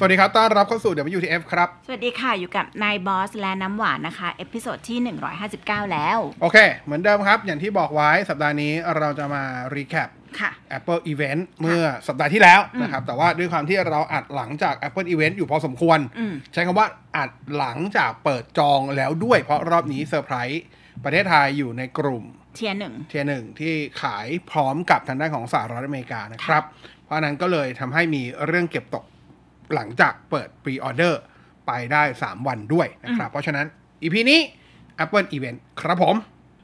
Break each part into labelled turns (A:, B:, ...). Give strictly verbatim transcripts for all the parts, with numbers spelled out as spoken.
A: วัสดีครับต้อนรับเข้าสู่ ดับเบิลยู ที เอฟ ครับ
B: สวัสดีค่ะอยู่กับนายบอสและน้ำหวานนะคะเอพิโซดที่หนึ่งร้อยห้าสิบเก้าแล้ว
A: โอเคเหมือนเดิมครับอย่างที่บอกไว้สัปดาห์นี้เราจะมารีแคป Apple Event เมื่อสัปดาห์ที่แล้วนะครับแต่ว่าด้วยความที่เราอัดหลังจาก Apple Event อยู่พอสมควรใช้คำว่าอัดหลังจากเปิดจองแล้วด้วยเพราะรอบนี้เซอร์ไพรส์ประเทศไทยอยู่ในกลุ่ม
B: เทียร์หนึ่ง
A: เทียร์หนึ่งที่ขายพร้อมกับทางด้านของสหรัฐอเมริกานะครับเพราะนั้นก็เลยทำให้มีเรื่องเก็บตกหลังจากเปิด Pre-order ไปได้สามวันด้วยนะครับเพราะฉะนั้น อี พี นี้ Apple Event ครับผม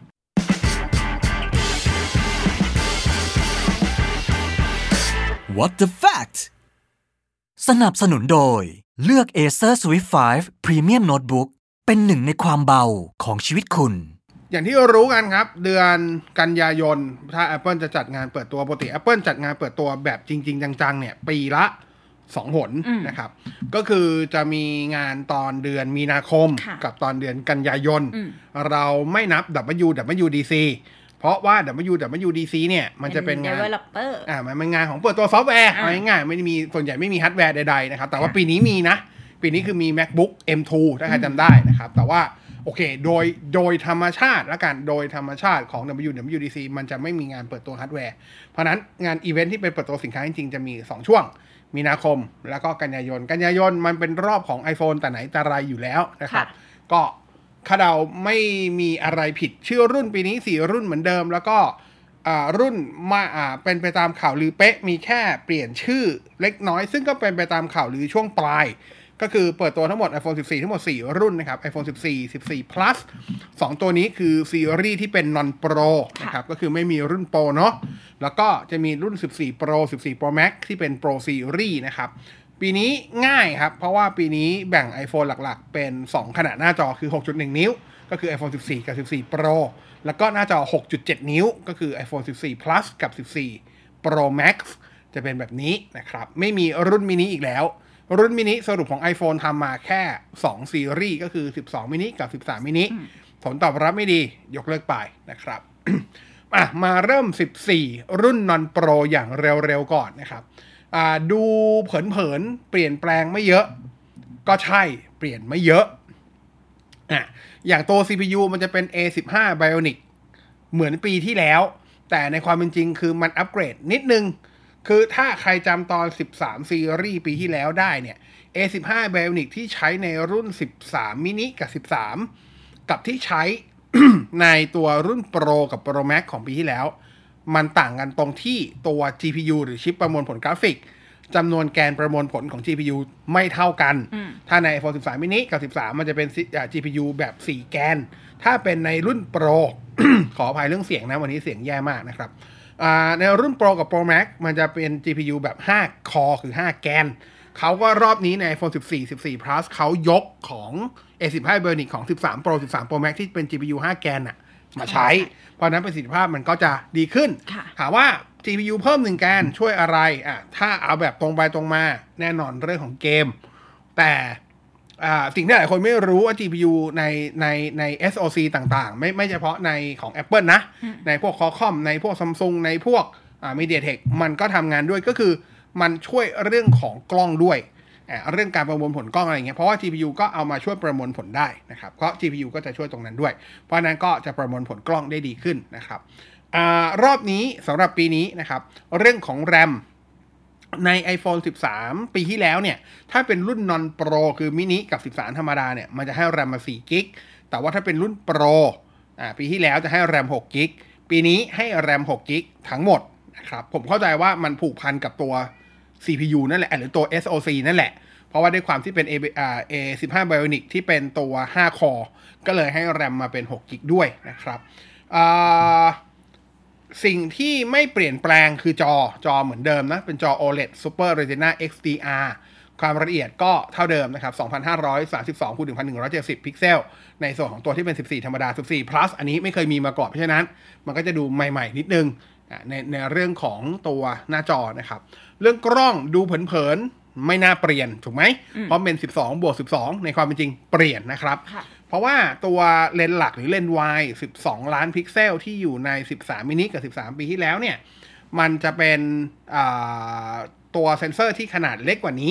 C: What the fact สนับสนุนโดยเลือก Acer Swift ไฟว์ Premium Notebook เป็นหนึ่งในความเบาของชีวิตคุณ
A: อย่างที่รู้กันครับเดือนกันยายนถ้า Apple จะจัดงานเปิดตัวปกติ Apple จัดงานเปิดตัวแบบจริงๆจังๆเนี่ยปีละสองหนนะครับก็คือจะมีงานตอนเดือนมีนาคมกับตอนเดือนกันยายนเราไม่นับ ดับเบิลยู ดับเบิลยู ดี ซี เพราะว่า ดับเบิลยู ดับเบิลยู ดี ซี เนี่ยมันจะเป็นงาน
B: developer
A: อ่ามันเป็นงานของเปิดตัวซอฟต์แวร์เอาง่ายๆไม่ได้มีส่วนใหญ่ไม่มีฮาร์ดแวร์ใดๆนะครับแต่ว่าปีนี้มีนะปีนี้คือมี MacBook เอ็ม ทู ถ้าใครจำได้นะครับแต่ว่าโอเคโดยโดยธรรมชาติและกันโดยธรรมชาติของ ดับเบิลยู ดับเบิลยู ดี ซี มันจะไม่มีงานเปิดตัวฮาร์ดแวร์เพราะนั้นงานอีเวนท์ที่เป็นเปิดตัวสินค้าจริงๆจะมีสองช่วงมีนาคมแล้วก็กันยายนกันยายนมันเป็นรอบของ iPhone แต่ไหนแต่ไรอยู่แล้วนะครับก็คาดเดาไม่มีอะไรผิดชื่อรุ่นปีนี้สี่รุ่นเหมือนเดิมแล้วก็รุ่นมาเป็นไปตามข่าวลือเป๊ะมีแค่เปลี่ยนชื่อเล็กน้อยซึ่งก็เป็นไปตามข่าวลือช่วงปลายก็คือเปิดตัวทั้งหมด iPhone สิบสี่ ทั้งหมดสี่รุ่นนะครับ iPhone สิบสี่ สิบสี่ Plus สองตัวนี้คือซีรีส์ที่เป็น Non Pro นะครับก็คือไม่มีรุ่น Pro เนาะแล้วก็จะมีรุ่นสิบสี่ Pro สิบสี่ Pro Max ที่เป็น Pro Series นะครับปีนี้ง่ายครับเพราะว่าปีนี้แบ่ง iPhone หลักๆเป็นสองขนาดหน้าจอคือ หกจุดหนึ่ง นิ้วก็คือ iPhone สิบสี่ กับ สิบสี่ Pro แล้วก็หน้าจอ หกจุดเจ็ด นิ้วก็คือ iPhone สิบสี่ Plus กับ สิบสี่ Pro Max จะเป็นแบบนี้นะครับไม่มีรุ่นมินิอีกแล้วรุ่นมินิสรุปของ iPhone ทำมาแค่สองซีรีส์ก็คือสิบสองมินิกับสิบสามมินิผลตอบรับไม่ดียกเลิกไปนะครับ อ่ะมาเริ่มสิบสี่รุ่น Non Pro อย่างเร็วๆก่อนนะครับอ่าดูเผินๆเปลี่ยนแปลงไม่เยอะก็ใช่เปลี่ยนไม่เยอะอ่ะอย่างตัว ซี พี ยู มันจะเป็น เอ สิบห้า Bionic เหมือนปีที่แล้วแต่ในความเป็นจริงคือมันอัปเกรดนิดนึงคือถ้าใครจำตอนสิบสามซีรีส์ปีที่แล้วได้เนี่ย เอ สิบห้า Bionic ที่ใช้ในรุ่นสิบสามมินิกับสิบสามกับที่ใช้ ในตัวรุ่น Pro กับ Pro Max ของปีที่แล้วมันต่างกันตรงที่ตัว จี พี ยู หรือชิปประมวลผลกราฟิกจำนวนแกนประมวลผลของ จี พี ยู ไม่เท่ากันถ้าใน iPhone สิบสามมินิกับสิบสามมันจะเป็น จี พี ยู แบบสี่แกนถ้าเป็นในรุ่น Pro ขออภัยเรื่องเสียงนะวันนี้เสียงแย่มากนะครับในรุ่น Pro กับ Pro Max มันจะเป็น จี พี ยู แบบห้าคอคือห้าแกนเขาก็รอบนี้ใน iPhone สิบสี่ สิบสี่ Plus เขายกของ เอ สิบห้า Bionic ของสิบสาม Pro สิบสาม Pro Max ที่เป็น จี พี ยู ห้าแกนน่ะมาใช้เพราะนั้นประสิทธิภาพมันก็จะดีขึ้นถามว่า จี พี ยู เพิ่มหนึ่งแกนช่วยอะไรอ่ะถ้าเอาแบบตรงไปตรงมาแน่นอนเรื่องของเกมแต่สิ่งที่หลายคนไม่รู้ว่า จี พี ยู ในในใน เอส โอ ซี ต่างๆไม่ไม่เฉพาะในของ Apple นะในพวก Qualcomm ในพวก Samsung ในพวกอ่า MediaTek มันก็ทำงานด้วยก็คือมันช่วยเรื่องของกล้องด้วยอ่าเรื่องการประมวลผลกล้องอะไรเงี้ยเพราะว่า จี พี ยู ก็เอามาช่วยประมวลผลได้นะครับเพราะ จี พี ยู ก็จะช่วยตรงนั้นด้วยเพราะนั้นก็จะประมวลผลกล้องได้ดีขึ้นนะครับอ่ารอบนี้สำหรับปีนี้นะครับเรื่องของ RAMใน iPhone สิบสามปีที่แล้วเนี่ยถ้าเป็นรุ่น Non Pro คือมินิกับสิบสามธรรมดาเนี่ยมันจะให้ RAM มาสี่กิกแต่ว่าถ้าเป็นรุ่น Pro อ่าปีที่แล้วจะให้ RAM หกกิกปีนี้ให้ RAM หกกิกทั้งหมดนะครับผมเข้าใจว่ามันผูกพันกับตัว ซี พี ยู นั่นแหละหรือตัว เอส โอ ซี นั่นแหละเพราะว่าด้วยความที่เป็น A อ่า เอ สิบห้า Bionic ที่เป็นตัวห้าคอก็เลยให้ RAM มาเป็นหกกิกด้วยนะครับอ่าสิ่งที่ไม่เปลี่ยนแปลงคือจอจอเหมือนเดิมนะเป็นจอ โอ แอล อี ดี Super Retina เอ็กซ์ ดี อาร์ ความละเอียดก็เท่าเดิมนะครับ สองพันห้าร้อยสามสิบสองคูณหนึ่งพันหนึ่งร้อยเจ็ดสิบ พิกเซลในส่วนของตัวที่เป็นสิบสี่ธรรมดาสิบสี่ plus อันนี้ไม่เคยมีมาก่อนเพราะฉะนั้นมันก็จะดูใหม่ๆนิดนึงในในเรื่องของตัวหน้าจอนะครับเรื่องกล้องดูเผินๆไม่น่าเปลี่ยนถูกไหมเพราะเป็นสิบสองบวกสิบสองในความเป็นจริงเปลี่ยนนะครับเพราะว่าตัวเลนส์หลักหรือเลนส์วายสิบสองล้านพิกเซลที่อยู่ในสิบสามมินิกับสิบสามปีที่แล้วเนี่ยมันจะเป็นตัวเซ็นเซอร์ที่ขนาดเล็กกว่านี้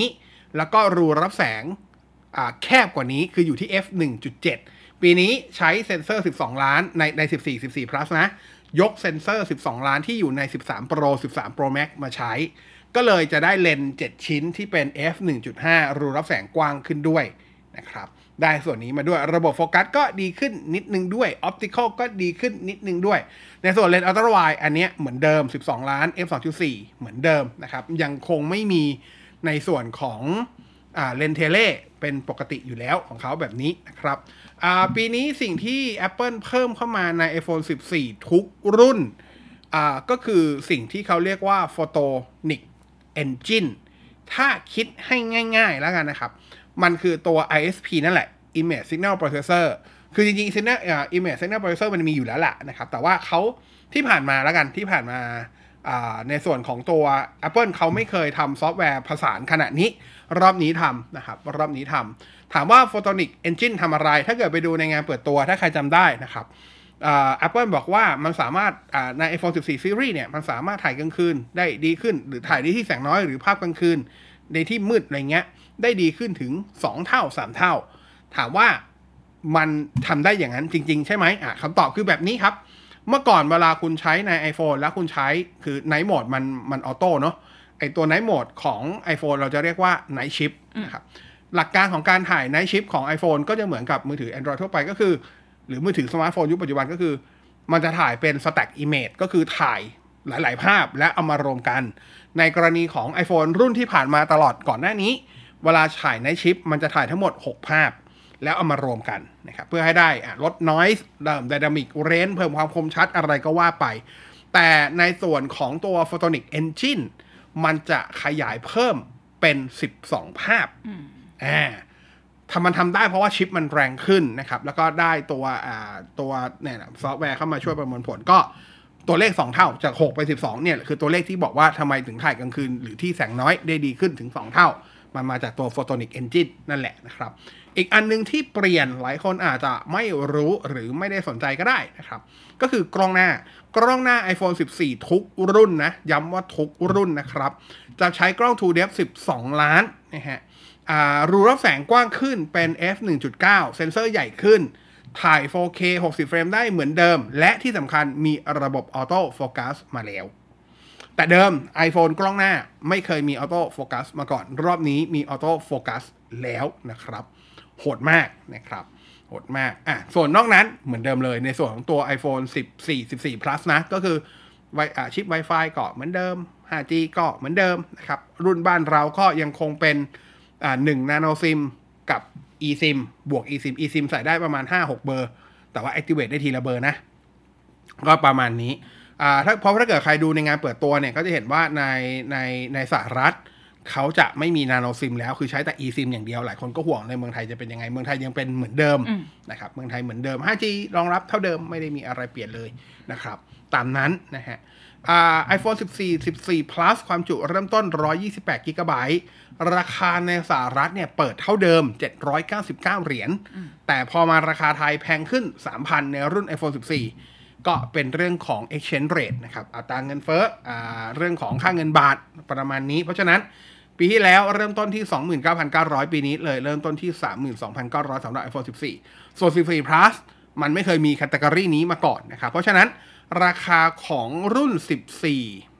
A: แล้วก็รูรับแสงแคบกว่านี้คืออยู่ที่ เอฟ หนึ่งจุดเจ็ด ปีนี้ใช้เซ็นเซอร์สิบสองล้านในในสิบสี่ สิบสี่ plus นะยกเซ็นเซอร์สิบสองล้านที่อยู่ในสิบสาม Pro สิบสาม Pro Max มาใช้ก็เลยจะได้เลนส์เจ็ดชิ้นที่เป็น เอฟ หนึ่งจุดห้า รูรับแสงกว้างขึ้นด้วยนะครับได้ส่วนนี้มาด้วยระบบโฟกัสก็ดีขึ้นนิดนึงด้วยออปติคอลก็ดีขึ้นนิดนึงด้วยในส่วนเลนส์อัลตร้าไวด์อันเนี้ยเหมือนเดิมสิบสองล้าน เอฟ สองจุดสี่ เหมือนเดิมนะครับยังคงไม่มีในส่วนของอ่าเลนส์เทเลเป็นปกติอยู่แล้วของเขาแบบนี้นะครับอ่าปีนี้สิ่งที่ Apple เพิ่มเข้ามาใน iPhone สิบสี่ ทุกรุ่นอ่าก็คือสิ่งที่เขาเรียกว่า Photonic Engine ถ้าคิดให้ง่ายๆแล้วกันนะครับมันคือตัว ไอ เอส พี นั่นแหละ Image Signal Processor คือจริงๆ Signal อ่า Image Signal Processor มันมีอยู่แล้วแหละนะครับแต่ว่าเขาที่ผ่านมาแล้วกันที่ผ่านมาอ่าในส่วนของตัว Apple เขาไม่เคยทำซอฟต์แวร์ผสานขนาดนี้รอบนี้ทำนะครับรอบนี้ทำถามว่า Photonic Engine ทำอะไรถ้าเกิดไปดูในงานเปิดตัวถ้าใครจำได้นะครับอ่า Apple บอกว่ามันสามารถอ่าใน iPhone สิบสี่ Series เนี่ยมันสามารถถ่ายกลางคืนได้ดีขึ้นหรือถ่ายในที่แสงน้อยหรือภาพกลางคืนในที่มืดอะไรเงี้ยได้ดีขึ้นถึงสองเท่าสามเท่าถามว่ามันทำได้อย่างนั้นจริงๆใช่ไหมอ่ะคำตอบคือแบบนี้ครับเมื่อก่อนเวลาคุณใช้ใน iPhone แล้วคุณใช้คือ Night Mode มันมันออโต้เนาะไอตัว Night Mode ของ iPhone เราจะเรียกว่า Night Shift นะครับหลักการของการถ่าย Night Shift ของ iPhone ก็จะเหมือนกับมือถือ Android ทั่วไปก็คือหรือมือถือสมาร์ทโฟนยุคปัจจุบันก็คือมันจะถ่ายเป็น Stack Image ก็คือถ่ายหลายๆภาพและเอามารวมกันในกรณีของ iPhone รุ่นที่ผ่านมาตลอดก่อนหน้านี้เวลาถ่ายในชิปมันจะถ่ายทั้งหมดหกภาพแล้วเอามารวมกันนะครับเพื่อให้ได้ลด noise เพิ่ม dynamic range เพิ่มความคมชัดอะไรก็ว่าไปแต่ในส่วนของตัว Photonic Engine มันจะขยายเพิ่มเป็นสิบสองภาพอ่าทำมันทำได้เพราะว่าชิปมันแรงขึ้นนะครับแล้วก็ได้ตัวอ่าตัวเนี่ยซอฟต์แวร์เข้ามาช่วยประมวลผลก็ตัวเลขสองเท่าจากหกไปสิบสองเนี่ยคือตัวเลขที่บอกว่าทำไมถึงถ่ายกลางคืนหรือที่แสงน้อยได้ดีขึ้นถึงสองเท่ามันมาจากตัว Photonic Engine นั่นแหละนะครับอีกอันนึงที่เปลี่ยนหลายคนอาจจะไม่รู้หรือไม่ได้สนใจก็ได้นะครับก็คือกล้องหน้ากล้องหน้า iPhone สิบสี่ ทุกรุ่นนะย้ำว่าทุกรุ่นนะครับจะใช้กล้อง ทู Depth สิบสองล้านนะฮะอ่ารูรับแสงกว้างขึ้นเป็น เอฟ หนึ่งจุดเก้า เซ็นเซอร์ใหญ่ขึ้นถ่าย โฟร์เค หกสิบเฟรมได้เหมือนเดิมและที่สำคัญมีระบบออโต้โฟกัสมาแล้วแต่เดิม iPhone กล้องหน้าไม่เคยมีออโต้โฟกัสมาก่อนรอบนี้มีออโต้โฟกัสแล้วนะครับโหดมากนะครับโหดมากอ่ะส่วนนอกนั้นเหมือนเดิมเลยในส่วนของตัว iPhone สิบสี่ สิบสี่ plus นะก็คือไวอ่ะชิป Wi-Fi ก็เหมือนเดิม ไฟว์จี ก็เหมือนเดิมนะครับรุ่นบ้านเราก็ยังคงเป็นอ่าหนึ่ง Nano SIM กับ eSIM บวก eSIM eSIM ใส่ได้ประมาณ ห้าหก เบอร์แต่ว่า activate ได้ทีละเบอร์นะก็ประมาณนี้อ่าถ้าเพราะถ้าเกิดใครดูในงานเปิดตัวเนี่ยก็จะเห็นว่าในในในสหรัฐเขาจะไม่มี Nano SIM แล้วคือใช้แต่ eSIM อย่างเดียวหลายคนก็ห่วงในเมืองไทยจะเป็นยังไงเมืองไทยยังเป็นเหมือนเดิมนะครับเมืองไทยเหมือนเดิม ไฟว์จี รองรับเท่าเดิมไม่ได้มีอะไรเปลี่ยนเลยนะครับตามนั้นนะฮะอ่า iPhone สิบสี่ สิบสี่ plus ความจุเริ่มต้นหนึ่งร้อยยี่สิบแปดกิกะไบต์ราคาในสหรัฐเนี่ยเปิดเท่าเดิมเจ็ดร้อยเก้าสิบเก้าเหรียญแต่พอมาราคาไทยแพงขึ้น สามพัน ในรุ่น iPhone สิบสี่ก็เป็นเรื่องของ exchange rate นะครับอัตราเงินเฟ้ออ่าเรื่องของค่าเงินบาทประมาณนี้เพราะฉะนั้นปีที่แล้วเริ่มต้นที่ สองหมื่นเก้าพันเก้าร้อย ปีนี้เลยเริ่มต้นที่ สามหมื่นสองพันเก้าร้อย สำหรับ iPhone สิบสี่ ส่วน สิบสี่ plus มันไม่เคยมีแคตตากรีนี้มาก่อนนะครับเพราะฉะนั้นราคาของรุ่น สิบสี่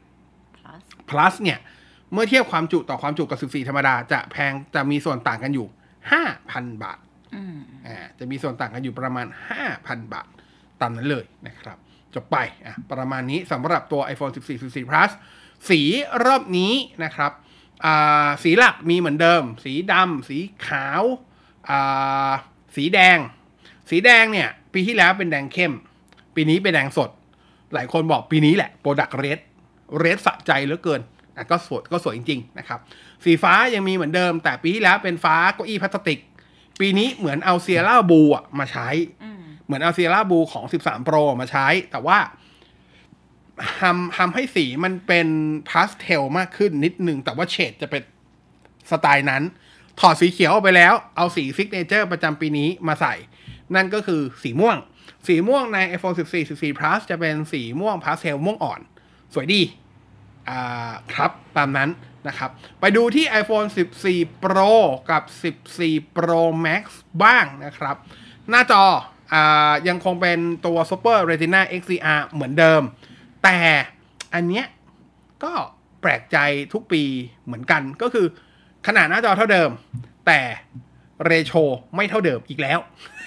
A: plus, plus เนี่ยเมื่อเทียบความจุต่อความจุกับ สิบสี่ ธรรมดาจะแพงจะมีส่วนต่างกันอยู่ ห้าพัน บาทอ่าจะมีส่วนต่างกันอยู่ประมาณ ห้าพัน บาทตามนั้นเลยนะครับจบไปอ่ะประมาณนี้สำหรับตัว iPhone สิบสี่ สิบสี่ plus สีรอบนี้นะครับอ่าสีหลักมีเหมือนเดิมสีดำสีขาวอ่าสีแดงสีแดงเนี่ยปีที่แล้วเป็นแดงเข้มปีนี้เป็นแดงสดหลายคนบอกปีนี้แหละ Product Red Red สะใจเหลือเกินอ่ะก็สวยก็สวยจริงๆนะครับสีฟ้ายังมีเหมือนเดิมแต่ปีที่แล้วเป็นฟ้าเก้าอี้พลาสติกปีนี้เหมือนเอาเซียร่าบูอ่ะมาใช้เหมือนเอาเซียร่าบูของสิบสาม Pro มาใช้แต่ว่าทำทำให้สีมันเป็นพาสเทลมากขึ้นนิดนึงแต่ว่าเฉดจะเป็นสไตล์นั้นถอดสีเขียวออกไปแล้วเอาสีซิกเนเจอร์ประจำปีนี้มาใส่นั่นก็คือสีม่วงสีม่วงใน iPhone สิบสี่ สิบสี่ plus จะเป็นสีม่วงพาสเทลม่วงอ่อนสวยดีอ่าครับตามนั้นนะครับไปดูที่ iPhone สิบสี่ Pro กับ สิบสี่ Pro Max บ้างนะครับหน้าจออ่ายังคงเป็นตัว Super Retina เอ็กซ์ ดี อาร์ เหมือนเดิมแต่อันเนี้ยก็แปลกใจทุกปีเหมือนกันก็คือขนาดหน้าจอเท่าเดิมแต่เรโชไม่เท่าเดิมอีกแล้ว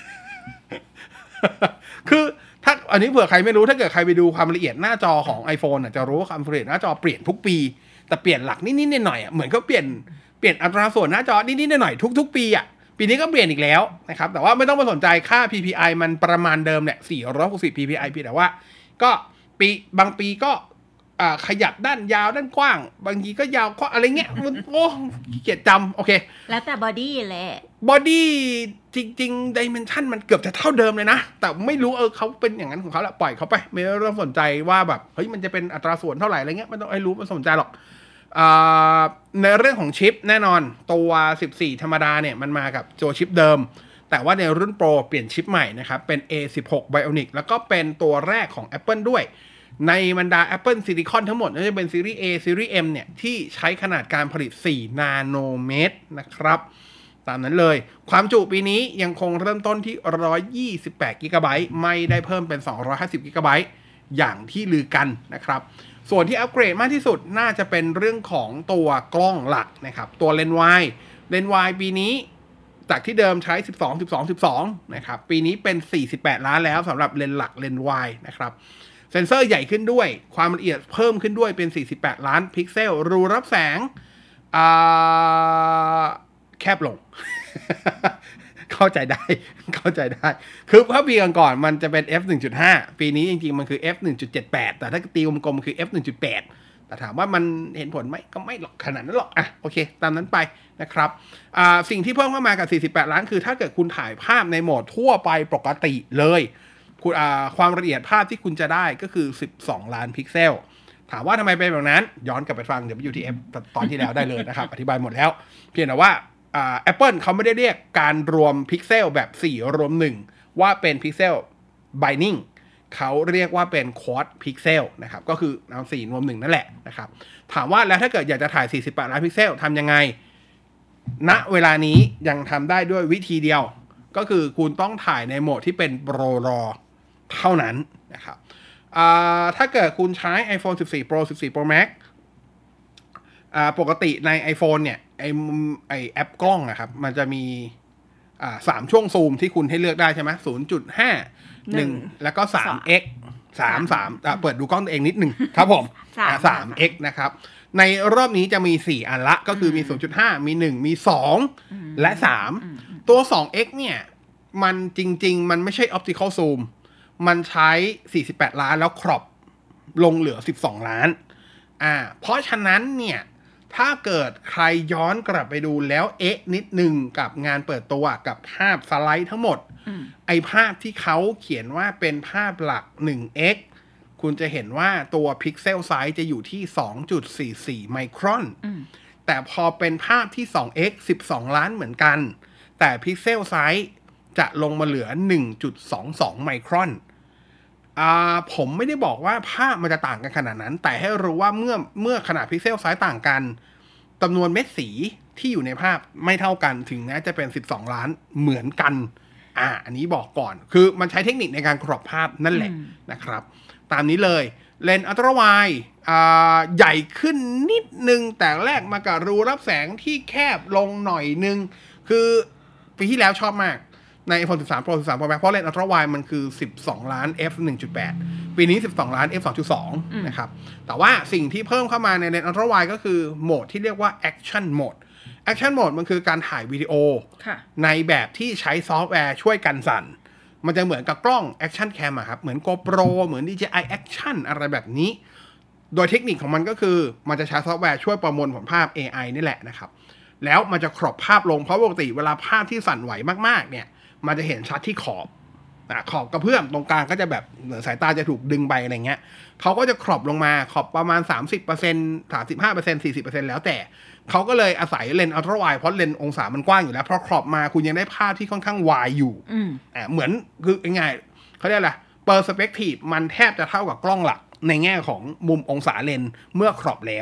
A: คือถ้าอันนี้เผื่อใครไม่รู้ถ้าเกิดใครไปดูความละเอียดหน้าจอของ iPhone อ่ะจะรู้ว่าความละเอียดหน้าจอเปลี่ยนทุกปีแต่เปลี่ยนหลักนิดๆหน่อยๆอ่ะเหมือนเขาเปลี่ยนเปลี่ยนอัตราส่วนหน้าจอนิดๆหน่อยๆทุกๆปีอ่ะปีนี้ก็เปลี่ยนอีกแล้วนะครับแต่ว่าไม่ต้องไปสนใจค่า พี พี ไอ มันประมาณเดิมเนี่ยสี่ร้อยหกสิบ พี พี ไอ เพียงแต่ว่าก็ปีบางปีก็อ่าขยับด้านยาวด้านกว้างบางทีก็ยาวก็อะไรเงี้ยมันโอ้เกียดจำโอเค
B: แล้วแต่บอดี้แหละ
A: บอดี้จริงๆ Dimension มันเกือบจะเท่าเดิมเลยนะแต่ไม่รู้เออเขาเป็นอย่างนั้นของเขาแหละปล่อยเขาไปไม่ต้องสนใจว่าแบบเฮ้ยมันจะเป็นอัตราส่วนเท่าไหร่อะไรเงี้ยไม่ต้องให้รู้ไม่สนใจหรอกในเรื่องของชิปแน่นอนตัวสิบสี่ธรรมดาเนี่ยมันมากับตัวชิปเดิมแต่ว่าในรุ่น Pro เปลี่ยนชิปใหม่นะครับเป็น เอ สิบหก Bionic แล้วก็เป็นตัวแรกของ Apple ด้วยในบรรดา Apple Silicon ทั้งหมดน่าจะเป็นซีรีส์ A ซีรีส์ M เนี่ยที่ใช้ขนาดการผลิตสี่นาโนเมตรนะครับตามนั้นเลยความจุปีนี้ยังคงเริ่มต้นที่หนึ่งร้อยยี่สิบแปดกิกะไบต์ไม่ได้เพิ่มเป็นสองร้อยห้าสิบกิกะไบต์อย่างที่ลือกันนะครับส่วนที่อัปเกรดมากที่สุดน่าจะเป็นเรื่องของตัวกล้องหลักนะครับตัวเลนส์วายเลนส์วายปีนี้จากที่เดิมใช้สิบสอง สิบสอง สิบสองนะครับปีนี้เป็นสี่สิบแปดล้านแล้วสำหรับเลนส์หลักเลนส์วายนะครับเซนเซอร์ใหญ่ขึ้นด้วยความละเอียดเพิ่มขึ้นด้วยเป็นสี่สิบแปดล้านพิกเซลรูรับแสงอ่าแคบลง เข้าใจได้เข้าใจได้คือถ้าปีก่อนๆมันจะเป็น เอฟ หนึ่งจุดห้า ปีนี้จริงๆมันคือ เอฟ หนึ่งจุดเจ็ดแปด แต่ถ้าตีกลมๆคือ เอฟ หนึ่งจุดแปด แต่ถามว่ามันเห็นผลไหมก็ไม่หรอกขนาดนั้นหรอกอ่ะโอเคตามนั้นไปนะครับอ่าสิ่งที่เพิ่มเข้ามากับสี่สิบแปดล้านคือถ้าเกิดคุณถ่ายภาพในโหมดทั่วไปปกติเลยคุณอ่าความละเอียดภาพที่คุณจะได้ก็คือสิบสองล้านพิกเซลถามว่าทำไมเป็นแบบนั้นย้อนกลับไปฟัง ดับเบิลยู ที เอฟ ตอนที่แล้วได้เลยนะครับ อธิบายหมดแล้วเพียงแต่ว่าอ่า Apple เขาไม่ได้เรียกการรวมพิกเซลแบบสี่รวมหนึ่งว่าเป็นพิกเซล binding เขาเรียกว่าเป็น quad pixel นะครับก็คือเอาสี่รวมหนึ่งนั่นแหละนะครับถามว่าแล้วถ้าเกิดอยากจะถ่ายสี่สิบแปดล้านพิกเซลทำยังไงณเวลานี้ยังทำได้ด้วยวิธีเดียวก็คือคุณต้องถ่ายในโหมดที่เป็น Pro RAW เท่านั้นนะครับถ้าเกิดคุณใช้ iPhone สิบสี่ Pro สิบสี่ Pro Max อ่าปกติใน iPhone เนี่ยไอไอแอปกล้องอะครับมันจะมีอ่าสามช่วงซูมที่คุณให้เลือกได้ใช่ไหม ศูนย์จุดห้า หนึ่ง แล้วก็ สาม เอ็กซ์ สาม สามอ่ะเปิดดูกล้องตัวเองนิดหนึ่งครับผม สาม เอ็กซ์ นะครับในรอบนี้จะมีสี่อันละก็คือมี ศูนย์จุดห้า มีหนึ่งมีสองและสามตัว สอง เอ็กซ์ เนี่ยมันจริงๆมันไม่ใช่ optical zoom มันใช้สี่สิบแปดล้านแล้วครอปลงเหลือสิบสองล้านอ่าเพราะฉะนั้นเนี่ยถ้าเกิดใครย้อนกลับไปดูแล้วเอ๊ะนิดนึงกับงานเปิดตัวกับภาพสไลด์ทั้งหมดไอภาพที่เขาเขียนว่าเป็นภาพหลัก หนึ่ง เอ็กซ์ คุณจะเห็นว่าตัวพิกเซลไซส์จะอยู่ที่ สองจุดสี่สี่ ไมครอนแต่พอเป็นภาพที่ สอง เอ็กซ์ สิบสองล้านเหมือนกันแต่พิกเซลไซส์จะลงมาเหลือ หนึ่งจุดสองสอง ไมครอนอ่าผมไม่ได้บอกว่าภาพมันจะต่างกันขนาดนั้นแต่ให้รู้ว่าเมื่อเมื่อขนาดพิกเซลไซส์ต่างกันจำนวนเม็ดสีที่อยู่ในภาพไม่เท่ากันถึงแม้จะเป็นสิบสองล้านเหมือนกันอ่าอันนี้บอกก่อนคือมันใช้เทคนิคในการกรอบภาพนั่นแหละนะครับตามนี้เลยเลนส์อัลตร้าไวด์อ่าใหญ่ขึ้นนิดนึงแต่แรกมากับรูรับแสงที่แคบลงหน่อยนึงคือปีที่แล้วชอบมากใน iPhone สิบสาม Pro สิบสาม Pro Max เพราะเลนส์อัลตร้าไวด์มันคือสิบสองล้าน เอฟ หนึ่งจุดแปด ปีนี้สิบสองล้าน เอฟ สองจุดสอง นะครับแต่ว่าสิ่งที่เพิ่มเข้ามาในเลนส์อัลตร้าไวด์ก็คือโหมดที่เรียกว่า Action Mode Action Mode มันคือการถ่ายวิดีโอในแบบที่ใช้ซอฟต์แวร์ช่วยกันสั่นมันจะเหมือนกับกล้อง Action Cam อะครับเหมือน GoPro เหมือน ดี เจ ไอ Action อะไรแบบนี้โดยเทคนิคของมันก็คือมันจะใช้ซอฟต์แวร์ช่วยประมวลผลภาพ เอ ไอ นี่แหละนะครับแล้วมันจะครอบภาพลงเพราะปกติเวลาภาพที่สั่นไหวมากๆเนี่ยมันจะเห็นชัดที่ขอบขอบกระเพื่อมตรงกลางก็จะแบบเหมือนสายตาจะถูกดึงไปอะไรเงี้ยเขาก็จะครอบลงมาขอบประมาณ สามสิบเปอร์เซ็นต์ สามสิบห้าเปอร์เซ็นต์ สี่สิบเปอร์เซ็นต์ แล้วแต่เขาก็เลยอาศัยเลนส์อัลตร้าไวด์เพราะเลนส์องศามันกว้างอยู่แล้วเพราะครอบมาคุณยังได้ภาพที่ค่อนข้างวายอยู่อ่าเหมือนคือง่ายๆเขาเรียกอะไรเปอร์สเปกทีฟมันแทบจะเท่ากับกล้องหลักในแง่ของมุมองศาเลนส์เมื่อครอบแล้ว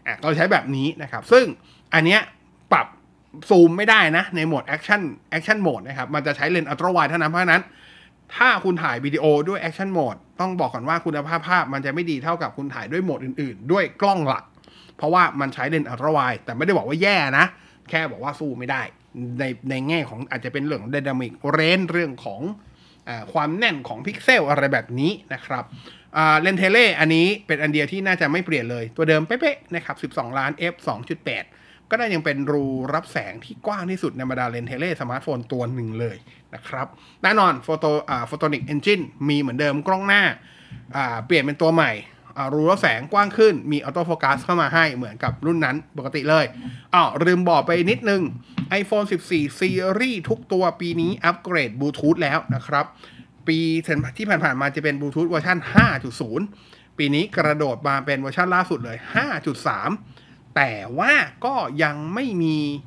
A: อ่ะเราใช้แบบนี้นะครับซึ่งอันเนี้ยปรับซูมไม่ได้นะในโหมด Action Action Mode นะครับมันจะใช้เลนส์อัลตร้าไวด์เท่านั้นเพราะฉะนั้นถ้าคุณถ่ายวิดีโอด้วย Action Mode ต้องบอกก่อนว่าคุณภาพภาพมันจะไม่ดีเท่ากับคุณถ่ายด้วยโหมดอื่นๆด้วยกล้องหลักเพราะว่ามันใช้เลนส์อัลตร้าไวด์แต่ไม่ได้บอกว่าแย่นะแค่บอกว่าสู้ไม่ได้ในในแง่ของอาจจะเป็นเรื่องของ Dynamic Range เรื่องของอ่าความแน่นของพิกเซลอะไรแบบนี้นะครับอ่าเลนส์เทเลอันนี้เป็นอันเดียวที่น่าจะไม่เปลี่ยนเลยตัวเดิมเป๊ะๆนะครับสิบสองล้าน เอฟ สองจุดแปด ก็ได้ยังเป็นรูรับแสงที่กว้างที่สุดในบรรดาเลนส์เทเลสมาร์ทโฟนตัวหนึ่งเลยนะครับแน่นอนโฟโตอ่าโฟโตนิกเอนจินมีเหมือนเดิมกล้องหน้าอ่าเปลี่ยนเป็นตัวใหม่รูรับแสงกว้างขึ้นมีออโต้โฟกัสเข้ามาให้เหมือนกับรุ่นนั้นปกติเลยอ้าวลืมบอกไปนิดนึง iPhone สิบสี่ Series ทุกตัวปีนี้อัปเกรดบลูทูธแล้วนะครับปีที่ผ่านๆมาจะเป็นบลูทูธเวอร์ชัน ห้าจุดศูนย์ ปีนี้กระโดดมาเป็นเวอร์ชันล่าสุดเลย ห้าจุดสาม แต่ว่าก็ยังไม่มี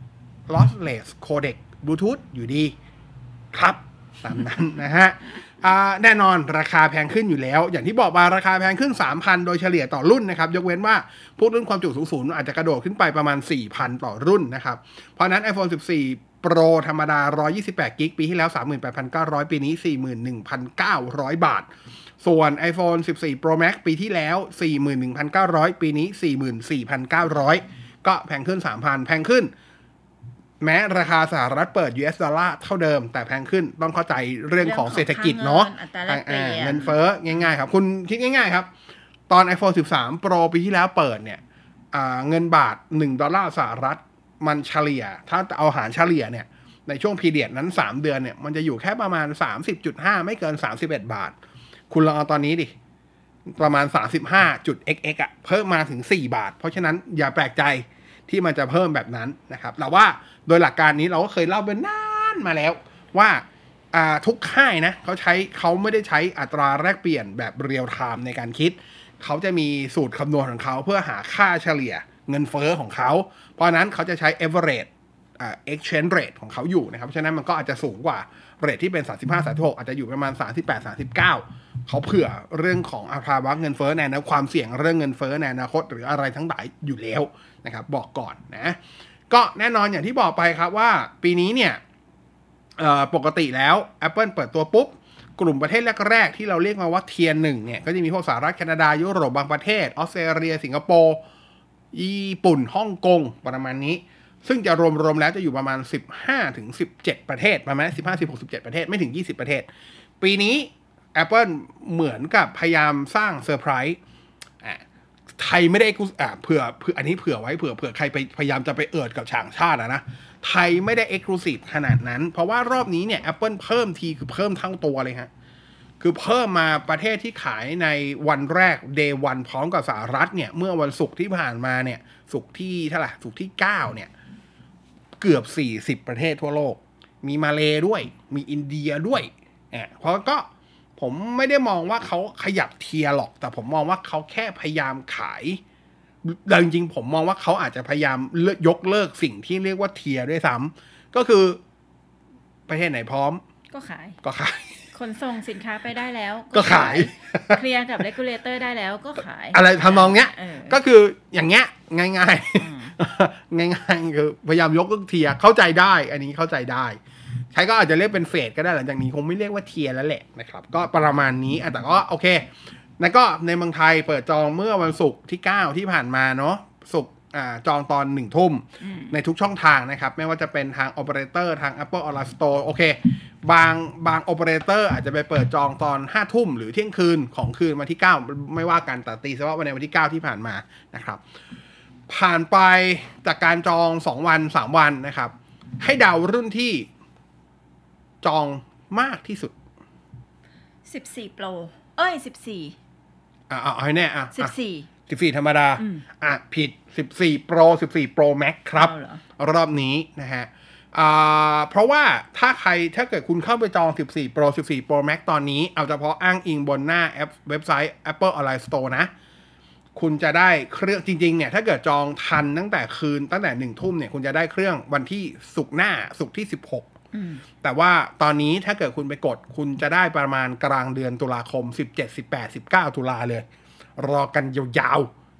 A: lossless codec Bluetooth อยู่ดีครับตามนั้นนะฮะแน่นอนราคาแพงขึ้นอยู่แล้วอย่างที่บอกมาราคาแพงขึ้น สามพัน โดยเฉลี่ยต่อรุ่นนะครับยกเว้นว่าพวกรุ่นความจุสูงๆอาจจะกระโดดขึ้นไปประมาณ สี่พัน ต่อรุ่นนะครับเพราะนั้น iPhone สิบสี่ Pro ธรรมดาหนึ่งร้อยยี่สิบแปดกิกะไบต์ปีที่แล้ว สามหมื่นแปดพันเก้าร้อย ปีนี้ สี่หมื่นหนึ่งพันเก้าร้อย บาทส่วน iPhone สิบสี่ Pro Max ปีที่แล้ว สี่หมื่นหนึ่งพันเก้าร้อย ปีนี้ สี่หมื่นสี่พันเก้าร้อย ก็แพงขึ้น สามพัน แพงขึ้นแม้ราคาสหรัฐเปิด ยู เอส ดอลลาร์เท่าเดิมแต่แพงขึ้นต้องเข้าใจเรื่องของเศรษฐกิจเนาะเงินเฟ้อง่ายๆครับคุณคิดง่ายๆครับตอน iPhone สิบสาม Pro ปีที่แล้วเปิดเนี่ยเงินบาทหนึ่งดอลลาร์สหรัฐมันเฉลี่ยถ้าเอาหารเฉลี่ยเนี่ยในช่วงพีเรียดนั้นสามเดือนเนี่ยมันจะอยู่แค่ประมาณ สามสิบจุดห้า ไม่เกินสามสิบเอ็ดบาทคุณลองเอาตอนนี้ดิประมาณ สามสิบห้าจุดเอ็กซ์เอ็กซ์ อ่ะเพิ่มมาถึงสี่บาทเพราะฉะนั้นอย่าแปลกใจที่มันจะเพิ่มแบบนั้นนะครับแต่ว่าโดยหลักการนี้เราก็เคยเล่าเป็นนานมาแล้วว่าทุกค่ายนะเขาใช้เขาไม่ได้ใช้อัตราแลกเปลี่ยนแบบเรียลไทม์ในการคิดเขาจะมีสูตรคำนวณของเขาเพื่อหาค่าเฉลี่ยเงินเฟ้อของเขาเพราะนั้นเขาจะใช้ average อ่า exchange rate ของเขาอยู่นะครับเพราะฉะนั้นมันก็อาจจะสูงกว่าเรทที่เป็นสามสิบห้า สามสิบหกอาจจะอยู่ประมาณสามสิบแปด สามสิบเก้าเขาเผื่อเรื่องของอัตราวัดเงินเฟ้อในอนาคตความเสี่ยงเรื่องเงินเฟ้อในอนาคตหรืออะไรทั้งหลายอยู่แล้วนะครับบอกก่อนนะก็แน่นอนอย่างที่บอกไปครับว่าปีนี้เนี่ยปกติแล้ว Apple เปิดตัวปุ๊บกลุ่มประเทศแรกๆที่เราเรียกมาว่าเทียร์หนึ่งเนี่ยก็จะมีพวกสหรัฐแคนาดายุโรปบางประเทศออสเตรเลียสิงคโปร์ญี่ปุ่นฮ่องกงประมาณนี้ซึ่งจะรวมๆแล้วจะอยู่ประมาณ สิบห้าถึงสิบเจ็ด ประเทศประมาณสิบห้า สิบหก สิบเจ็ด ประเทศไม่ถึงยี่สิบประเทศปีนี้ Apple เหมือนกับพยายามสร้างเซอร์ไพรส์ไทยไม่ได้อ่าเผื่อเผื่ออันนี้เผื่อไว้เผื่อเผื่อใครไปพยายามจะไปเอิดกับต่างชาติอะนะไทยไม่ได้ Exclusive ขนาดนั้นเพราะว่ารอบนี้เนี่ย Apple เพิ่มทีคือเพิ่มทั้งตัวเลยฮะคือเพิ่มมาประเทศที่ขายในวันแรก Day วัน พร้อมกับสหรัฐเนี่ยเมื่อวันศุกร์ที่ผ่านมาเนี่ยศุกร์ที่เท่าไหร่ศุกร์ที่เก้าเนี่ยเกือบสี่สิบประเทศทั่วโลกมีมาเลด้วยมีอินเดียด้วยอ่ะเพราะก็ผมไม่ได้มองว่าเขาขยับเทียร์หรอกแต่ผมมองว่าเขาแค่พยายามขายแต่จริงๆผมมองว่าเขาอาจจะพยายามยกเลิกสิ่งที่เรียกว่าเทียร์ด้วยซ้ำก็คือประเทศไหนพร้อมก็ขายก็ขายขนส่งสินค้าไปได้แล้วก็ขายเคลียร์กับเรกูเลเตอร์ได้แล้วก็ขายอะไรทำนองเนี้ยก็คืออย่างเงี้ยง่ายๆง่ายๆคือพยายามยกเลิกเทียร์เข้าใจได้อันนี้เข้าใจได้ใช้ก็อาจจะเรียกเป็นเฟสก็ได้หลังจากนี้คงไม่เรียกว่าเทียร์แล้วแหละนะครับก็ประมาณนี้แต่ก็โอเคแล้วก็ในเมืองไทยเปิดจองเมื่อวันศุกร์ที่เก้าที่ผ่านมาเนาะศุกร์อ่าจองตอนหนึ่งทุ่มในทุกช่องทางนะครับไม่ว่าจะเป็นทางโอเปอเรเตอร์ทาง Apple Online Store โอเคบางบางโอเปอเรเตอร์อาจจะไปเปิดจองตอนห้าทุ่มหรือเที่ยงคืนของคืนวันที่เก้าไม่ว่ากันแต่ตีซะว่าในวันที่เก้าที่ผ่านมานะครับผ่านไปจากการจองสองวันสามวันนะครับให้เดารุ่นที่จองมากที่สุดสิบสี่ Pro เอ้ยสิบสี่อ่ะเอาให้แน่อ่ะสิบสี่ สิบสี่ธรรมดาอ่ะผิดสิบสี่ Pro สิบสี่ Pro Max ครับรอบนี้นะฮะอ่าเพราะว่าถ้าใครถ้าเกิดคุณเข้าไปจองสิบสี่ Pro สิบสี่ Pro Max ตอนนี้เอาเฉพาะอ้างอิงบนหน้าแอปเว็บไซต์ Apple Online Store นะคุณจะได้เครื่องจริงๆเนี่ยถ้าเกิดจองทันตั้งแต่คืนตั้งแต่หนึ่งทุ่มเนี่ยคุณจะได้เครื่องวันที่ศุกร์หน้าศุกร์ที่สิบหกแต่ว่าตอนนี้ถ้าเกิดคุณไปกดคุณจะได้ประมาณกลางเดือนตุลาคมสิบเจ็ด สิบแปด สิบเก้าตุลาเลยรอกันยาวๆ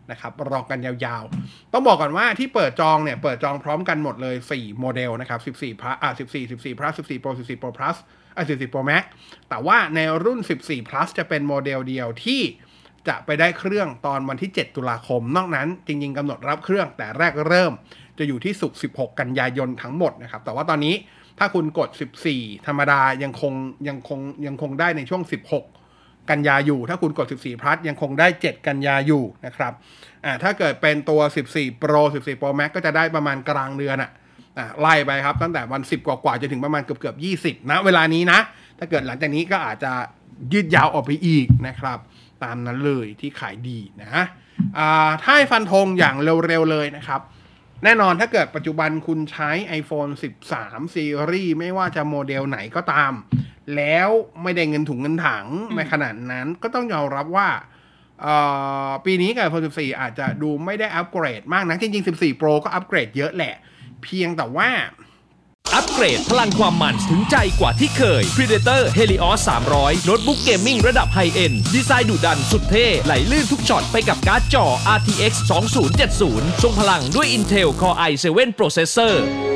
A: นะครับรอกันยาวๆต้องบอกก่อนว่าที่เปิดจองเนี่ยเปิดจองพร้อมกันหมดเลยสี่โมเดลนะครับสิบสี่ Plus อ่ะสิบสี่ สิบสี่ Plus สิบสี่ Pro สิบสี่ Pro Plus อ่ะสิบสี่ Pro Max แต่ว่าในรุ่นสิบสี่ Plus จะเป็นโมเดลเดียวที่จะไปได้เครื่องตอนวันที่เจ็ดตุลาคมนอกนั้นจริงๆกำหนดรับเครื่องแต่แรกเริ่มจะอยู่ที่ศุกร์สิบหกกันยายนทั้งหมดนะครับแต่ว่าตอนนี้ถ้าคุณกดสิบสี่ธรรมดายังคงยังคงยังคงได้ในช่วงสิบหกกันยาอยู่ถ้าคุณกดสิบสี่ Plus ยังคงได้เจ็ดกันยาอยู่นะครับอ่าถ้าเกิดเป็นตัวสิบสี่ Pro สิบสี่ Pro Max ก็จะได้ประมาณกลางเดือนอ่ะอ่าไล่ไปครับตั้งแต่วันสิบกว่าๆจนถึงประมาณเกือบๆยี่สิบนะเวลานี้นะถ้าเกิดหลังจากนี้ก็อาจจะยืดยาวออกไปอีกนะครับตามนั้นเลยที่ขายดีนะอ่าถ้าให้ฟันธงอย่างเร็วๆเลยนะครับแน่นอนถ้าเกิดปัจจุบันคุณใช้ iPhone สิบสามซีรีส์ไม่ว่าจะโมเดลไหนก็ตามแล้วไม่ได้เงินถุงเงินถังในขนาดนั้นก็ต้องยอมรับว่าปีนี้กับ iPhone สิบสี่อาจจะดูไม่ได้อัปเกรดมากนะจริงๆสิบสี่ Pro ก็อัปเกรดเยอะแหละเพียงแต่ว่า
D: อัปเกรดพลังความมันถึงใจกว่าที่เคย Predator Helios สามร้อยโน้ตบุ๊กเกมมิ่งระดับไฮเอ็นด์ดีไซน์ดุดันสุดเท่ไหลลื่นทุกช็อตไปกับการ์ดจอ อาร์ ที เอ็กซ์ สองพันเจ็ดสิบทรงพลังด้วย Intel Core ไอ เซเว่น Processor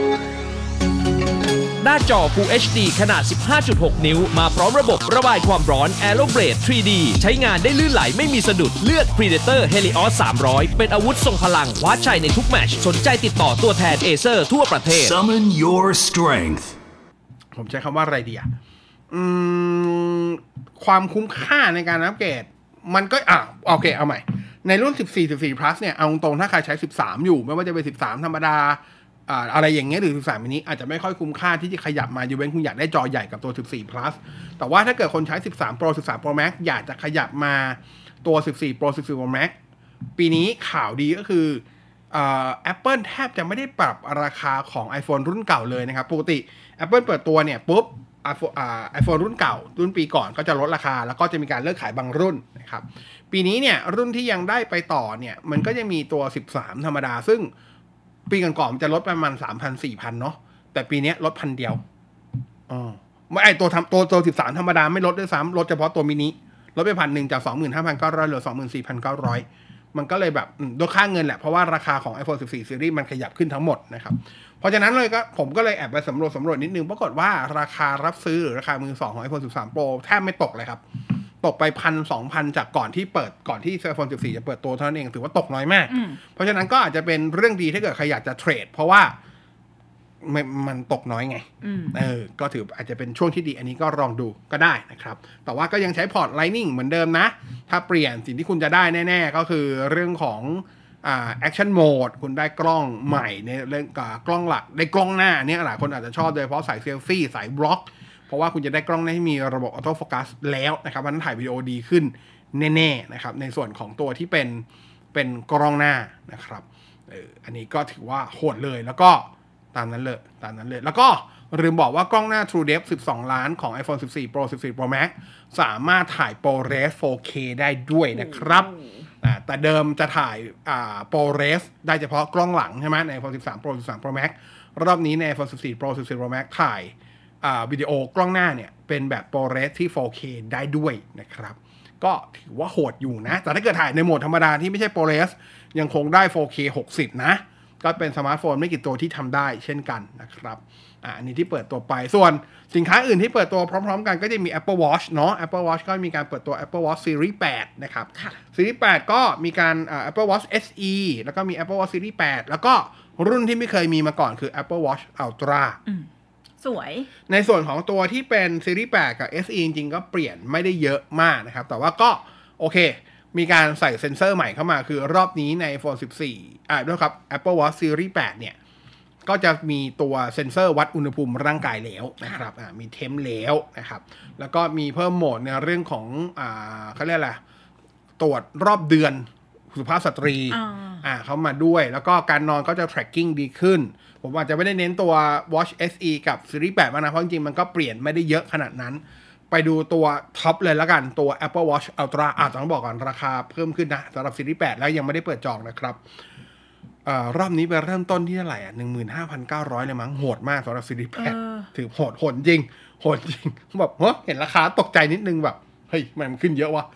D: หน้าจอ Full เอช ดี ขนาด สิบห้าจุดหก นิ้วมาพร้อมระบบระบายความร้อน Aeroblade ทรี ดี ใช้งานได้ลื่นไหลไม่มีสะดุดเลือก Predator Helios สามร้อยเป็นอาวุธทรงพลังคว้าชัยในทุกแมตช์สนใจติดต่อตัวแทน Acer ทั่วประเทศ
E: Summon your strength
A: ผมใช้คำว่าอะไรดีอ่ะอืมความคุ้มค่าในการอัปเกรดมันก็อ่ะโอเคเอาใหม่ในรุ่นสิบสี่ สิบสี่ plus เนี่ยเอาตรงๆถ้าใครใช้สิบสามอยู่ไม่ว่าจะเป็นสิบสามธรรมดาอะไรอย่างเงี้ยหรือสิบสามมินิอาจจะไม่ค่อยคุ้มค่าที่จะขยับมาอยู่เว้นคุณอยากได้จอใหญ่กับตัวสิบสี่ plus แต่ว่าถ้าเกิดคนใช้สิบสาม Pro สิบสาม Pro Max อยากจะขยับมาตัวสิบสี่ Pro สิบสี่ Pro Max ปีนี้ข่าวดีก็คืออ่า Apple แทบจะไม่ได้ปรับราคาของ iPhone รุ่นเก่าเลยนะครับปกติ Apple เปิดตัวเนี่ยปุ๊บ iPhone อ่า iPhone รุ่นเก่ารุ่นปีก่อนก็จะลดราคาแล้วก็จะมีการเลิกขายบางรุ่นนะครับปีนี้เนี่ยรุ่นที่ยังได้ไปต่อเนี่ยมันก็จะมีตัวสิบสามธรรมดาซึ่งปีก่อนๆมันจะลดประมาณ สามพัน สี่พัน เนาะแต่ปีนี้ลดพันเดียวอ๋อไม่ไอตัวทำตัวตัวสิบสามธรรมดาไม่ลดด้วยซ้ำลดเฉพาะตัวมินิลดไปพันหนึ่งจาก สองหมื่นห้าพันเก้าร้อย เหลือ สองหมื่นสี่พันเก้าร้อย มันก็เลยแบบด้วยค่าเงินแหละเพราะว่าราคาของ iPhone สิบสี่ Series มันขยับขึ้นทั้งหมดนะครับเพราะฉะนั้นเลยก็ผมก็เลยแอบไปสำรวจสำรวจนิดนึงปรากฏว่าราคารับซื้อหรือราคามือสองของ iPhone สิบสาม Pro แทบไม่ตกเลยครับตกไป หนึ่งพัน สองพัน จากก่อนที่เปิดก่อนที่ iPhone สิบสี่จะเปิดตัวเท่านั้นเองถือว่าตกน้อยมากเพราะฉะนั้นก็อาจจะเป็นเรื่องดีถ้าเกิดใครอยากจะเทรดเพราะว่ามันมันตกน้อยไงเออก็ถืออาจจะเป็นช่วงที่ดีอันนี้ก็ลองดูก็ได้นะครับแต่ว่าก็ยังใช้พอร์ต Lightning เหมือนเดิมนะถ้าเปลี่ยนสิ่งที่คุณจะได้แน่ๆก็คือเรื่องของอ่า Action Mode คุณได้กล้องใหม่ในเรื่องกล้องหลักได้กล้องหน้าเนี่ยหลายคนอาจจะชอบโดยเฉพาะสายเซลฟี่สายบล็อกเพราะว่าคุณจะได้กล้องที่มีระบบออโต้โฟกัสแล้วนะครับมันถ่ายวิดีโอดีขึ้นแน่ๆนะครับในส่วนของตัวที่เป็นเป็นกล้องหน้านะครับเอออันนี้ก็ถือว่าโหดเลยแล้วก็ตามนั้นเลยตามนั้นเลยแล้วก็ลืมบอกว่ากล้องหน้า True Depth สิบสองล้านของ iPhone สิบสี่ Pro สิบสี่ Pro Max สามารถถ่าย ProRes โฟร์เค ได้ด้วยนะครับแต่เดิมจะถ่ายอ่า ProRes ได้เฉพาะกล้องหลังใช่ไหมใน iPhone สิบสาม Pro สิบสาม Pro Max รอบนี้ใน iPhone สิบสี่ Pro สิบสี่ Pro Max ถ่ายอ่าวิดีโอกล้องหน้าเนี่ยเป็นแบบ ProRes ที่ โฟร์เค ได้ด้วยนะครับก็ถือว่าโหดอยู่นะแต่ถ้าเกิดถ่ายในโหมดธรรมดาที่ไม่ใช่ ProRes ยังคงได้ โฟร์เค หกสิบนะก็เป็นสมาร์ทโฟนไม่กี่ตัวที่ทำได้เช่นกันนะครับอ่าอันนี้ที่เปิดตัวไปส่วนสินค้าอื่นที่เปิดตัวพร้อมๆกันก็จะมี Apple Watch เนาะ Apple Watch ก็มีการเปิดตัว Apple Watch Series แปดนะครับ Series แปดก็มีการอ่า Apple Watch เอส อี แล้วก็มี Apple Watch Series แปดแล้วก็รุ่นที่ไม่เคยมีมาก่อนคือ Apple Watch Ultra
B: สวย
A: ในส่วนของตัวที่เป็น Series แปดกับ เอส อี จริงๆก็เปลี่ยนไม่ได้เยอะมากนะครับแต่ว่าก็โอเคมีการใส่เซ็นเซอร์ใหม่เข้ามาคือรอบนี้ใน iPhone สิบสี่อ่าด้วยครับ Apple Watch Series แปดเนี่ยก็จะมีตัวเซ็นเซอร์วัดอุณหภูมิร่างกายแล้วนะครับอ่ามีเทมแล้วนะครับแล้วก็มีเพิ่มโหมดในเรื่องของอ่าเขาเรียกอะไรตรวจรอบเดือนสุภาพสตรีอ่าเข้ามาด้วยแล้วก็การนอนก็จะ tracking ดีขึ้นผมอาจจะไม่ได้เน้นตัว Watch เอส อี กับ Series แปดมานะเพราะจริงๆมันก็เปลี่ยนไม่ได้เยอะขนาดนั้นไปดูตัวท็อปเลยแล้วกันตัว Apple Watch Ultra อ่ะต้องบอกก่อนราคาเพิ่มขึ้นนะสำหรับ Series แปดแล้วยังไม่ได้เปิดจองนะครับเอ่อรอบนี้ไปเริ่มต้นที่เท่าไหร่อ่ะ หนึ่งหมื่นห้าพันเก้าร้อย เลยมั้งโหดมากสำหรับ Series แปดถือโหดโหดจริงโหดจริงแบบเฮ้ยเห็นราคาตกใจนิดนึงแบบเฮ้ยมันขึ้นเยอะวะ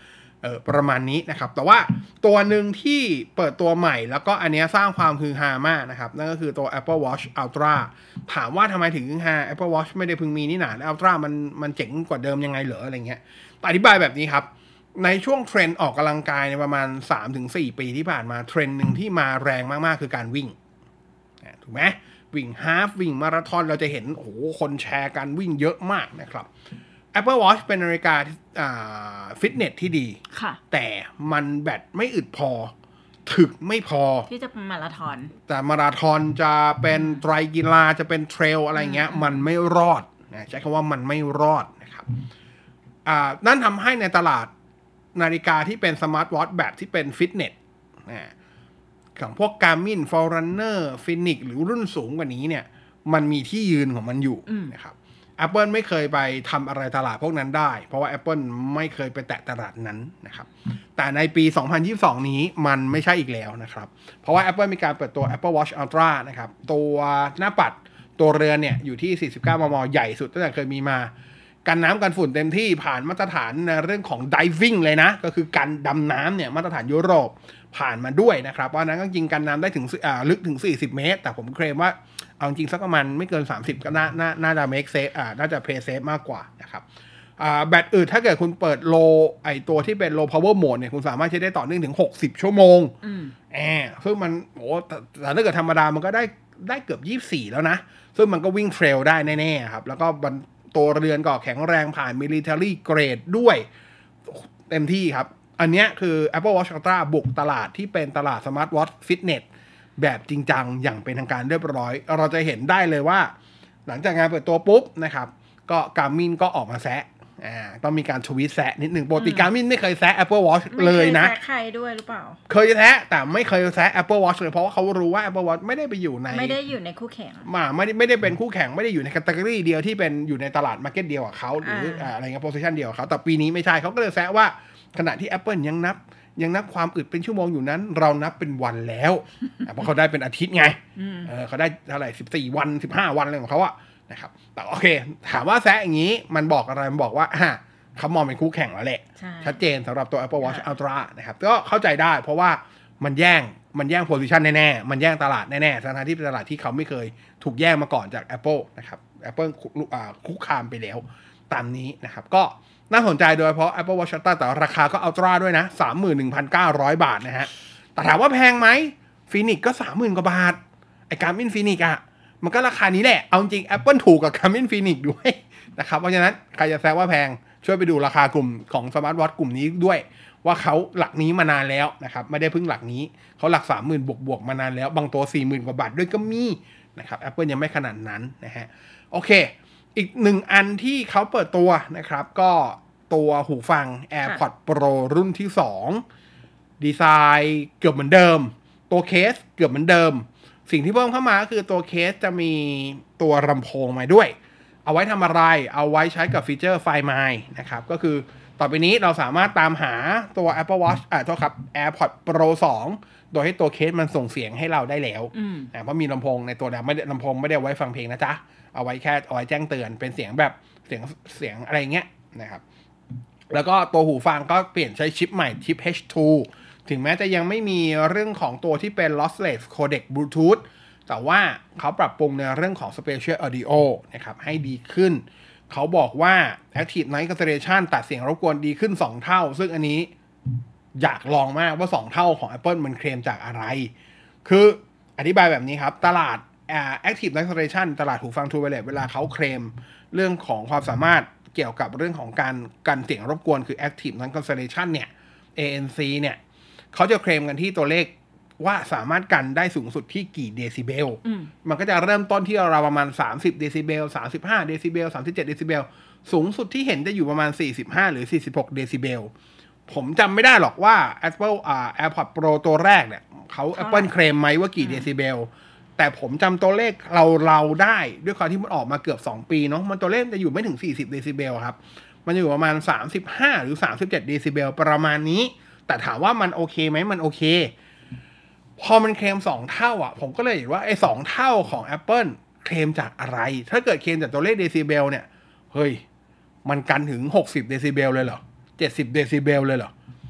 A: เออประมาณนี้นะครับแต่ว่าตัวหนึ่งที่เปิดตัวใหม่แล้วก็อันนี้สร้างความฮือฮามากนะครับนั่นก็คือตัว Apple Watch Ultra ถามว่าทำไมถึงฮือฮา Apple Watch ไม่ได้เพิ่งมีนี่หนา Ultra มันมันเจ๋งกว่าเดิมยังไงเหรออะไรเงี้ยอธิบายแบบนี้ครับในช่วงเทรนด์ออกกำลังกายในประมาณ สามถึงสี่ ปีที่ผ่านมาเทรนด์หนึ่งที่มาแรงมากๆคือการวิ่งถูกไหมวิ่งฮาล์ฟวิ่งมาราธอนเราจะเห็นโอ้โหคนแชร์การวิ่งเยอะมากนะครับ Apple Watch เป็นนาฬิกาฟิตเนสที่ดีแต่มันแบตไม่อึดพอถึกไม่พอ
B: ที่จะเป็นมาราธอน
A: แต่มาราธอนจะเป็นไตรกีฬาจะเป็นเทรลอะไรเงี้ยมันไม่รอดนะใช้คำว่ามันไม่รอดนะครับนั่นทำให้ในตลาดนาฬิกาที่เป็นสมาร์ทวอทช์แบบที่เป็นฟิตเนสนะของพวก Garmin Forerunner Fenix หรือรุ่นสูงกว่านี้เนี่ยมันมีที่ยืนของมันอยู่นะครับ Apple ไม่เคยไปทำอะไรตลาดพวกนั้นได้เพราะว่า Apple ไม่เคยไปแตะตลาดนั้นนะครับแต่ในปีสองพันยี่สิบสองนี้มันไม่ใช่อีกแล้วนะครับเพราะว่า Apple มีการเปิดตัว Apple Watch Ultra นะครับตัวหน้าปัดตัวเรือนเนี่ยอยู่ที่สี่สิบเก้ามมใหญ่สุดตั้งแต่เคยมีมากันน้ำกันฝุ่นเต็มที่ผ่านมาตรฐานในเรื่องของ diving เลยนะก็คือการดำน้ำเนี่ยมาตรฐานยุโรปผ่านมาด้วยนะครับเพราะนั้นก็จริงกันน้ำได้ถึงลึกถึงสี่สิบเมตรแต่ผมเคลมว่าเอาจริงสักประมาณไม่เกินสามสิบก็น่าน่าน่าจะ make safe อ่าน่าจะ play safe มากกว่านะครับอ่าแบตอื่นถ้าเกิดคุณเปิด low ไอตัวที่เป็น low power mode เนี่ยคุณสามารถใช้ได้ต่อเนื่องถึงหกสิบชั่วโมงแอบซึ่งมันโอ้แต่ถ้าเกิดธรรมดามันก็ได้ได้เกือบยี่สิบสี่แล้วนะซึ่งมันก็วิ่งเทรลได้แน่ๆครับแล้วก็ตัวเรือนก็แข็งแรงผ่าน military grade ด้วยเต็มที่ครับอันนี้คือ Apple Watch Ultra บุกตลาดที่เป็นตลาด Smart Watch Fitness แบบจริงจังอย่างเป็นทางการเรียบร้อยเราจะเห็นได้เลยว่าหลังจากงานเปิดตัวปุ๊บนะครับก็ Garmin ก็ออกมาแซะอ่าต้องมีการทวีตแซะนิดหนึ่งปกติ Garmin ไม่เคยแซะ Apple Watch เลยนะ
B: ไม่เคยแซะใครด้วยหรือเปล่า
A: เคยแซะแต่ไม่เคยแซะ Apple Watch เลยเพราะว่าเขารู้ว่า Apple Watch ไม่ได้ไปอยู่ใน
B: ไม่ได้อยู่ในคู่แข่ง
A: มาไม่ได้ไม่ได้เป็นคู่แข่งไม่ได้อยู่ในแคตตากรีเดียวที่เป็นอยู่ในตลาด market เดียวกับเขาหรืออะไรเงี้ย position เดียวกับเขาแต่ปีนี้ไม่ใช่เขาก็เลยแซะว่าขณะที่ Apple ยังนับยังนับความอึดเป็นชั่วโมงอยู่นั้นเรานับเป็นวันแล้วเพราะเขาได้เป็นอาทิตย์ไงเออเขาได้เท่าไหร่สิบสี่วันสิบห้าวันอะไรของเขาอะนะครับแต่โอเคถามว่าแซะอย่างนี้มันบอกอะไรมันบอกว่าฮะเขามองเป็นคู่แข่งแล้วแหละชัดเจนสำหรับตัว Apple Watch Ultra นะครับก็เข้าใจได้เพราะว่ามันแย่งมันแย่งโพซิชันแน่ๆมันแย่งตลาดแน่ๆทั้งที่เป็นตลาดที่เขาไม่เคยถูกแย่งมาก่อนจาก Apple นะครับ Apple คุกคามไปแล้วตามนี้นะครับก็น่าสนใจโดยเฉพาะ Apple Watch Ultra แต่ราคาก็ Ultra ด้วยนะ สามหมื่นหนึ่งพันเก้าร้อย บาทนะฮะแต่ถามว่าแพงไหม Phoenix ก็ สามหมื่น กว่าบาทไอ้ Garmin Phoenix อ่ะมันก็ราคานี้แหละเอาจริง Apple ถูกกับ Garmin Phoenix ด้วยนะครับเพราะฉะนั้นใครจะแซวว่าแพงช่วยไปดูราคากลุ่มของ Smart Watch กลุ่มนี้ด้วยว่าเขาหลักนี้มานานแล้วนะครับไม่ได้เพิ่งหลักนี้เขาหลัก สามหมื่น บวกๆมานานแล้วบางตัว สี่หมื่น กว่าบาทด้วยก็มีนะครับ Apple ยังไม่ขนาดนั้นนะฮะโอเคอีกหนึ่งอันที่เขาเปิดตัวนะครับก็ตัวหูฟัง AirPods Pro รุ่นที่สองดีไซน์เกือบเหมือนเดิมตัวเคสเกือบเหมือนเดิมสิ่งที่เพิ่มเข้ามาก็คือตัวเคสจะมีตัวลำโพงมาด้วยเอาไว้ทำอะไรเอาไว้ใช้กับฟีเจอร์ Find My นะครับก็คือต่อไปนี้เราสามารถตามหาตัว Apple Watch อ่าโทษครับ AirPods Pro สองโดยให้ตัวเคสมันส่งเสียงให้เราได้แล้วนะเพราะมีลำโพงในตัวนั้นไม่ได้ลำโพงไม่ได้ไว้ฟังเพลงนะจ๊ะเอาไว้แค่เอาไว้แจ้งเตือนเป็นเสียงแบบเสียงเสียงอะไรเงี้ยนะครับแล้วก็ตัวหูฟังก็เปลี่ยนใช้ชิปใหม่ชิป เอช ทู ถึงแม้จะยังไม่มีเรื่องของตัวที่เป็น lossless codec Bluetooth แต่ว่าเขาปรับปรุงในเรื่องของ Spatial Audio นะครับให้ดีขึ้นเขาบอกว่า Active Noise Cancellation ตัดเสียงรบกวนดีขึ้นสองเท่าซึ่งอันนี้อยากลองมากว่าสองเท่าของ Apple มันเคลมจากอะไรคืออธิบายแบบนี้ครับตลาด Active Noise Cancellation ตลาดหูฟัง True Wireless เวลาเขาเคลมเรื่องของความสามารถเกี่ยวกับเรื่องของการกันเสียงรบกวนคือ Active Noise Cancellation เนี่ย เอ เอ็น ซี เนี่ยเขาจะเคลมกันที่ตัวเลขว่าสามารถกันได้สูงสุดที่กี่เดซิเบลมันก็จะเริ่มต้นที่เราประมาณสามสิบเดซิเบลสามสิบห้าเดซิเบลสามสิบเจ็ดเดซิเบลสูงสุดที่เห็นจะอยู่ประมาณสี่สิบห้าหรือสี่สิบหกเดซิเบลผมจำไม่ได้หรอกว่า Apple อ่า AirPods Pro ตัวแรกเนี่ยเขา Apple เคลมไหมว่ากี่เดซิเบลแต่ผมจำตัวเลขเราเราได้ด้วยความที่มันออกมาเกือบสองปีเนาะมันตัวเลขจะอยู่ไม่ถึงสี่สิบเดซิเบลครับมันอยู่ประมาณสามสิบห้าหรือสามสิบเจ็ดเดซิเบลประมาณนี้แต่ถามว่ามันโอเคไหมมันโอเคพอมันเคลมสองเท่าอ่ะผมก็เลยเห็นว่าไอ้สองเท่าของ Apple เคลมจากอะไรถ้าเกิดเคลมจากตัวเลขเดซิเบลเนี่ยเฮ้ยมันกันถึงหกสิบเดซิเบลเลยเหรอเจ็ดสิบเดซิเบลเลยเหรอ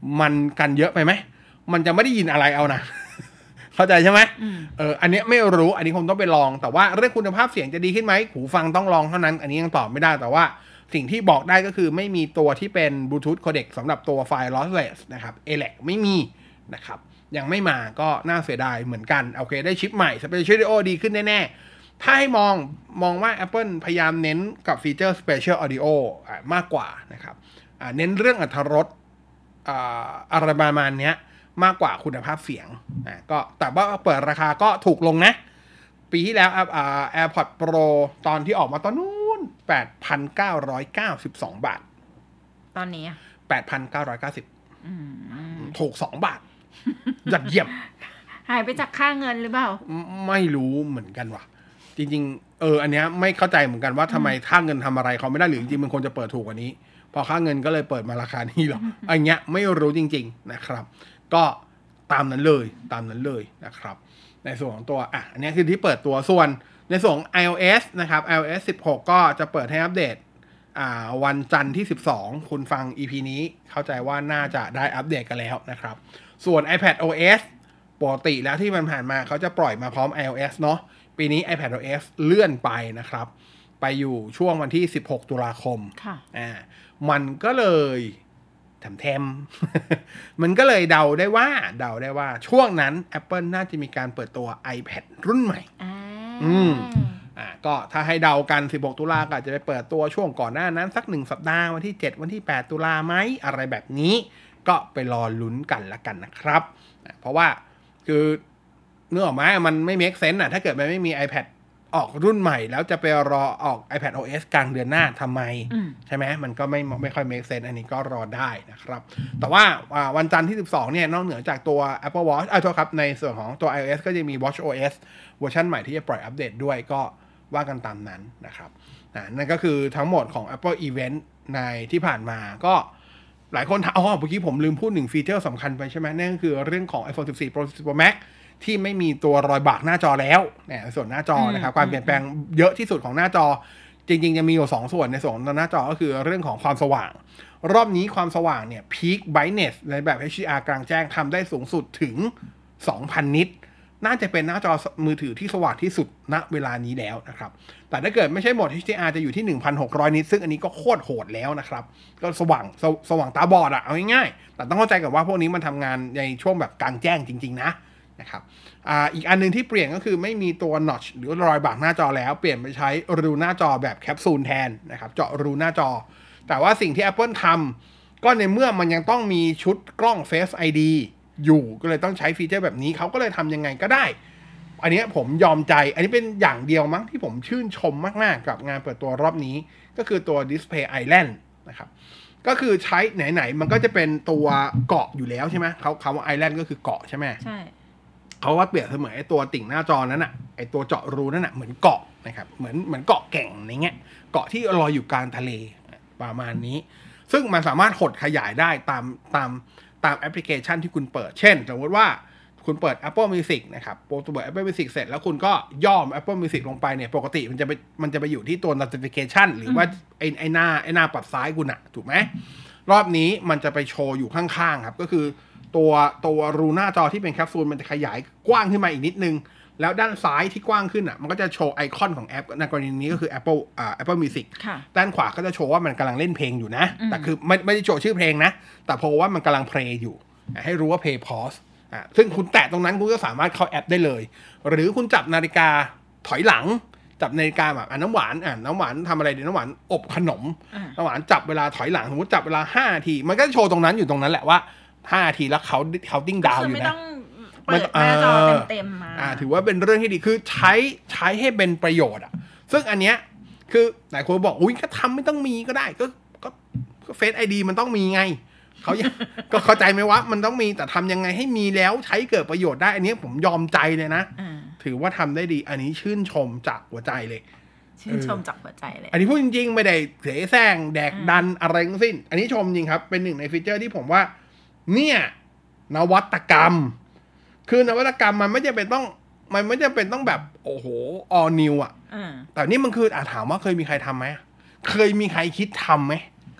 A: มันกันเยอะไปไหมมันจะไม่ได้ยินอะไรเอานะ เข้าใจใช่ไหมเอออันนี้ไม่รู้อันนี้คงต้องไปลองแต่ว่าเรื่องคุณภาพเสียงจะดีขึ้นไหมหูฟังต้องลองเท่านั้นอันนี้ยังตอบไม่ได้แต่ว่าสิ่งที่บอกได้ก็คือไม่มีตัวที่เป็นบลูทูธโคเด็กสำหรับตัวไฟล์ lossless นะครับ เอ แอล อี ไม่มีนะครับยังไม่มาก็น่าเสียดายเหมือนกันโอเคได้ชิปใหม่ Spatial Audio ดีขึ้นแน่ๆถ้าให้มองมองว่า Apple พยายามเน้นกับฟีเจอร์ Spatial Audio มากกว่านะครับเน้นเรื่องอรรถรสอะไรประมาณนี้มากกว่าคุณภาพเสียงอ่ะก็แต่ว่าเปิดราคาก็ถูกลงนะปีที่แล้วอ่า AirPods Pro ตอนที่ออกมาตอนนู้น แปดพันเก้าร้อยเก้าสิบสอง บาท
B: ตอนนี้
A: แปดพันเก้าร้อยเก้าสิบ อืมถูกสองบาทยอดเยี่ยม
B: หายไปจากค่าเงินหรือเปล่า
A: ไม่รู้เหมือนกันว่ะจริงๆเอออันเนี้ยไม่เข้าใจเหมือนกันว่าทำไมค่าเงินทำอะไรเขาไม่ได้หรือจริงๆมันควรจะเปิดถูกกว่านี้พอค่าเงินก็เลยเปิดมาราคานี้หรออันเนี้ยไม่รู้จริงๆนะครับก็ตามนั้นเลยตามนั้นเลยนะครับในส่วนของตัวอ่ะอันนี้คือที่เปิดตัวส่วนในส่วนของ iOS นะครับ iOS สิบหกก็จะเปิดให้อัปเดตอ่าวันจันทร์ที่สิบสองคุณฟัง อี พี นี้เข้าใจว่าน่าจะได้อัปเดตกันแล้วนะครับส่วน iPadOS ปกติแล้วที่มันผ่านมาเขาจะปล่อยมาพร้อม iOS เนาะปีนี้ iPadOS เลื่อนไปนะครับไปอยู่ช่วงวันที่สิบหกตุลาคม
B: ค่ะ
A: อ่ามันก็เลยแถมๆ มันก็เลยเดาได้ว่าเดาได้ว่าช่วงนั้น Apple น่าจะมีการเปิดตัว iPad รุ่นใหม่อืมอ่าก็ถ้าให้เดากันสิบหกตุลาก็อาจจะไปเปิดตัวช่วงก่อนหน้านั้นสักหนึ่งสัปดาห์วันที่เจ็ดวันที่แปดตุลาไหมอะไรแบบนี้ก็ไปรอลุ้นกันละกันนะครับเพราะว่าคือเนื้อออกมามันไม่ make sense อ่ะถ้าเกิดมันไม่มี iPad ออกรุ่นใหม่แล้วจะไปรอออก iPadOS กลางเดือนหน้าทำไมใช่ไหมมันก็ไม่ไม่ค่อย make sense อันนี้ก็รอได้นะครับแต่ว่าวันจันทร์ที่สิบสองเนี่ยนอกเหนือจากตัว Apple Watch อ่ะโทษครับในส่วนของตัว iOS ก็จะมี watchOS เวอร์ชันใหม่ที่จะปล่อยอัปเดตด้วยก็ว่ากันตามนั้นนะครับนั่นก็คือทั้งหมดของ Apple Event ในที่ผ่านมาก็หลายคนถามอ๋อเมื่อกี้ผมลืมพูดหนึ่งฟีเจอร์สำคัญไปใช่ไหมนั่นก็คือเรื่องของ iPhone สิบสี่ Pro สิบสี่ Pro Max ที่ไม่มีตัวรอยบากหน้าจอแล้วเนี่ยส่วนหน้าจอนะครับความเปลี่ยนแปลงเยอะที่สุดของหน้าจอจริงๆจะมีอยู่สองส่วนในส่วนของหน้าจอก็คือเรื่องของความสว่างรอบนี้ความสว่างเนี่ย Peak Brightness ในแบบ เอช ดี อาร์ กลางแจ้งทำได้สูงสุดถึง สองพัน นิตน่าจะเป็นหน้าจอมือถือที่สว่างที่สุดณเวลานี้แล้วนะครับแต่ถ้าเกิดไม่ใช่โหมด เอช ดี อาร์ จะอยู่ที่ หนึ่งพันหกร้อย นิตซึ่งอันนี้ก็โคตรโหดแล้วนะครับก็สว่างส, สว่างตาบอดอะเอาง่ายๆแต่ต้องเข้าใจก่อนว่าพวกนี้มันทำงานในช่วงแบบกลางแจ้งจริงๆนะนะครับอ่าอีกอันนึงที่เปลี่ยนก็คือไม่มีตัว notch หรือรอยบากหน้าจอแล้วเปลี่ยนไปใช้รูหน้าจอแบบแคปซูลแทนนะครับเจาะรูหน้าจอแต่ว่าสิ่งที่ Apple ทำก็ในเมื่อมันยังต้องมีชุดกล้อง Face ไอ ดี อยู่ก็เลยต้องใช้ฟีเจอร์แบบนี้เขาก็เลยทำยังไงก็ได้อันนี้ผมยอมใจอันนี้เป็นอย่างเดียวมั้งที่ผมชื่นชมมากๆกับงานเปิดตัวรอบนี้ก็คือตัว Display Island นะครับก็คือใช้ไหนๆมันก็จะเป็นตัวเกาะอยู่แล้วใช่ไหมเขาคำว่า Island ก็คือเกาะใช่ไหมใช่เขาว่าเปรียบเสมือนไอ้ตัวติ่งหน้าจอนั้นน่ะไอ้ตัวเจาะรูนั่นน่ะเหมือนเกาะนะครับเหมือนเหมือนเกาะแก่งอะไรเงี้ยเกาะที่ลอยอยู่กลางทะเลประมาณนี้ซึ่งมันสามารถหดขยายได้ตามตามตามแอปพลิเคชันที่คุณเปิดเช่นสมมติว่าคุณเปิด Apple Music นะครับโปรตัวเปิด Apple Music เสร็จแล้วคุณก็ย่อม Apple Music ลงไปเนี่ยปกติมันจะไปมันจะไปอยู่ที่ตัว notification หรือว่าไอ้ไอ้หน้าไอ้หน้าปัดซ้ายคุณอะถูกไหมรอบนี้มันจะไปโชว์อยู่ข้างๆครับก็คือตัวตัวรูหน้าจอที่เป็นแคปซูลมันจะขยายกว้างขึ้นมาอีกนิดนึงแล้วด้านซ้ายที่กว้างขึ้นอ่ะมันก็จะโชว์ไอคอนของแอปในกรณีนี้ก็คือ Apple อ่า Apple Music ด้านขวาก็จะโชว์ว่ามันกำลังเล่นเพลงอยู่นะแต่คือไม่ไม่ได้โชว์ชื่อเพลงนะแต่เพราะว่ามันกำลังเพลย์อยู่ให้รู้ว่า play pause อ่าซึ่งคุณแตะตรงนั้นคุณก็สามารถเข้าแอปได้เลยหรือคุณจับนาฬิกาถอยหลังจับนาฬิกาแบบอ่ะน้ำหวานอ่ะน้ำหวานทำอะไรดีน้ำหวานอบขนมน้ำหวานจับเวลาถอยหลังสมมติจับเวลาห้านาทีมันก็จะโชว์ตรงนั้นอยู่ตรงนั้นแหละว่าห้านาทีแล้วเขาเขาติ้งดาวอยู่นะ
B: เปิดหน้าจอเต็มๆมา
A: อ่าถือว่าเป็นเรื่องที่ดีคือใช้ใช้ให้เป็นประโยชน์อ่ะซึ่งอันเนี้ยคือหลายคนบอกอุ้ยก็ทำไม่ต้องมีก็ได้ก็ก็ก็เฟซไอดีมันต้องมีไงเขาก็เข้าใจไหมว่ามันต้องมีแต่ทำยังไงให้มีแล้วใช้เกิดประโยชน์ได้อันนี้ผมยอมใจเลยนะถือว่าทำได้ดีอันนี้ชื่นชมจากหัวใจเลย
B: ชื่นชมจากหัวใจเลย
A: อันนี้พูดจริงๆไม่ได้เสแสร้งแดกดันอะไรทั้งสิ้นอันนี้ชมจริงครับเป็นหนึ่งในฟีเจอร์ที่ผมว่าเนี่ยนวัตกรรมคือนวัตกรรมมันไม่จำเป็นต้องมันไม่จำเป็นต้องแบบโอ้โห all new อ่ะแต่นี่มันคืออ่ะถามว่าเคยมีใครทำไหมเคยมีใครคิดทำไหม
B: ก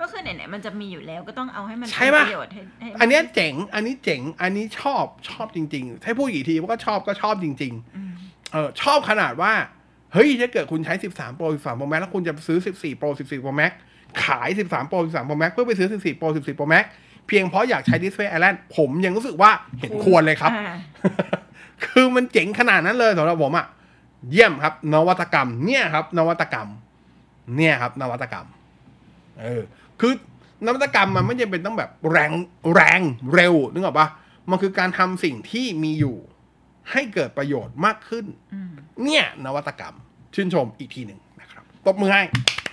B: ก็คือไหนๆมันจะมีอยู่แล้วก็ต้องเอาให้มัน
A: ใช่
B: เป็น
A: ปะ
B: ประโยชน์ให้ให้
A: อันเนี้ยเจ๋งอันนี้เจ๋งอันนี้ชอบชอบจริงๆให้พูดกี่ทีว่าก็ชอบก็ชอบจริงๆเออชอบขนาดว่าเฮ้ยถ้าเกิดคุณใช้สิบสาม Pro สิบสาม Pro Max แล้วคุณจะซื้อสิบสี่ Pro สิบสี่ Pro Max ขายสิบสาม Pro สิบสาม Pro Max เพื่อไปซื้อสิบสี่ Pro สิบสี่ Pro Max เพียงเพราะอยากใช้ Display Island ผมยังรู้สึกว่าเห็นควรเลยครับ คือมันเจ๋งขนาดนั้นเลยสำหรับผมอ่ะเยี่ยมครับนวัตกรรมเนี่ยครับนวัตกรรมเนี่ยครับนวัตกรรมเออคือนวัตกรรมมันไม่จำเป็นต้องแบบแรงแรงเร็วนึกออกปะมันคือการทำสิ่งที่มีอยู่ให้เกิดประโยชน์มากขึ้นเนี่ยนวัตกรรมชื่นชมอีกทีหนึ่งนะครับตบมือให้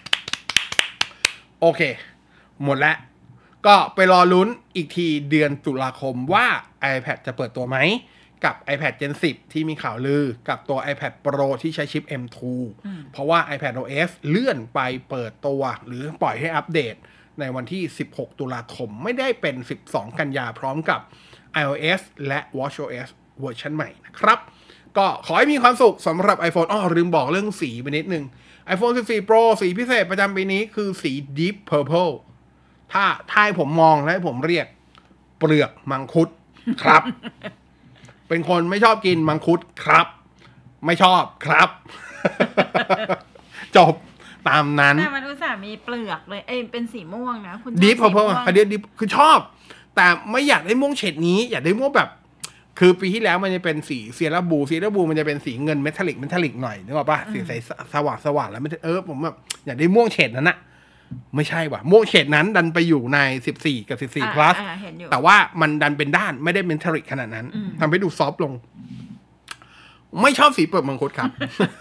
A: โอเคหมดแล้วก็ไปรอลุ้นอีกทีเดือนตุลาคมว่า iPad จะเปิดตัวไหมกับ iPad Gen สิบที่มีข่าวลือกับตัว iPad Pro ที่ใช้ชิป เอ็ม ทู เพราะว่า iPadOS เลื่อนไปเปิดตัวหรือปล่อยให้อัปเดตในวันที่สิบหกตุลาคมไม่ได้เป็นสิบสองกันยาพร้อมกับ iOS และ watchOS เวอร์ชันใหม่นะครับก็ขอให้มีความสุขสำหรับ iPhone อ้อลืมบอกเรื่องสีไปนิดนึง iPhone สิบสี่ Pro สีพิเศษประจำปีนี้คือสี Deep Purple ถ้าถ้าให้ผมมองและให้ผมเรียกเปลือกมังคุดครับ เป็นคนไม่ชอบกินมังคุดครับไม่ชอบครับ จบตามนั้น
B: แต่มันอุตส่าห์มีเปลือกเลยเอ้ยเป็นสีม่วงนะคุณ
A: Deep Purple อ่ะเดี๋ยว Deep คือชอบแต่ไม่อยากได้ม่วงเฉดนี้อยากได้ม่วงแบบคือปีที่แล้วมันจะเป็นสีเซียร่าบูเซียร่าบูมันจะเป็นสีเงินเมทัลลิกเมทัลลิกหน่อยนึกออกป่ะสีใสสว่างสว่างแล้วมันเออผมแบบอยากได้ม่วงเฉดนั้นน่ะไม่ใช่ว่ะม่วงเฉดนั้นดันไปอยู่ในสิบสี่กับสิบสี่ plus แต่ว่ามันดันเป็นด้านไม่ได้เมทัลลิกขนาดนั้นทำให้ดูซอฟต์ลงไม่ชอบสีเปลือกมังคุดครับ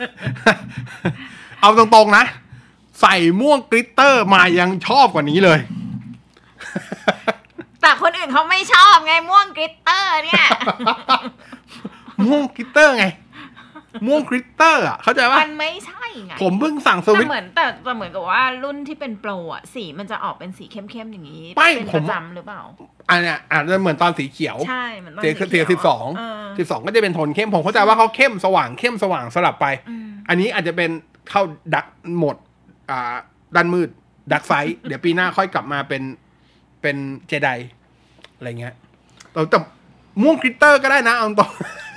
A: เอาตรงๆนะใส่ม่วงกลิตเตอร์มายังชอบกว่านี้เลย
B: แต่คนอื่นเขาไม่ชอบไงม่วงกลิตเตอร์เนี่ย
A: ม่วงกลิตเตอร์ไงม่วงกลิตเตอร์อ่ะเข้าใจป่ะ
B: มันไม่ใช่ไง
A: ผมเพิ่งสั่งสวิต
B: แต่เหมือนแต่แต่เหมือนกับว่ารุ่นที่เป็นโปรอ่ะสีมันจะออกเป็นสีเข้มๆอย่างนี้
A: เป็น
B: ประจำหรือเปล่า
A: อันเนี้ยอาจจะเหมือนตอนสีเขียว
B: ใช่เหมือนตอน
A: สีเขียวสิบสองสิบสองก็จะเป็นโทนเข้มผมเข้าใจว่าเขาเข้มสว่างเข้มสว่างสลับไปอันนี้อาจจะเป็นเข้าดักหมดอ่าด้านมืดดักไซด์เดี๋ยวปีหน้าค่อยกลับมาเป็นเป็นเจไดอะไรเงี้ยแต่แต่ม่วงกลิตเตอร์ก็ได้นะเอาตรง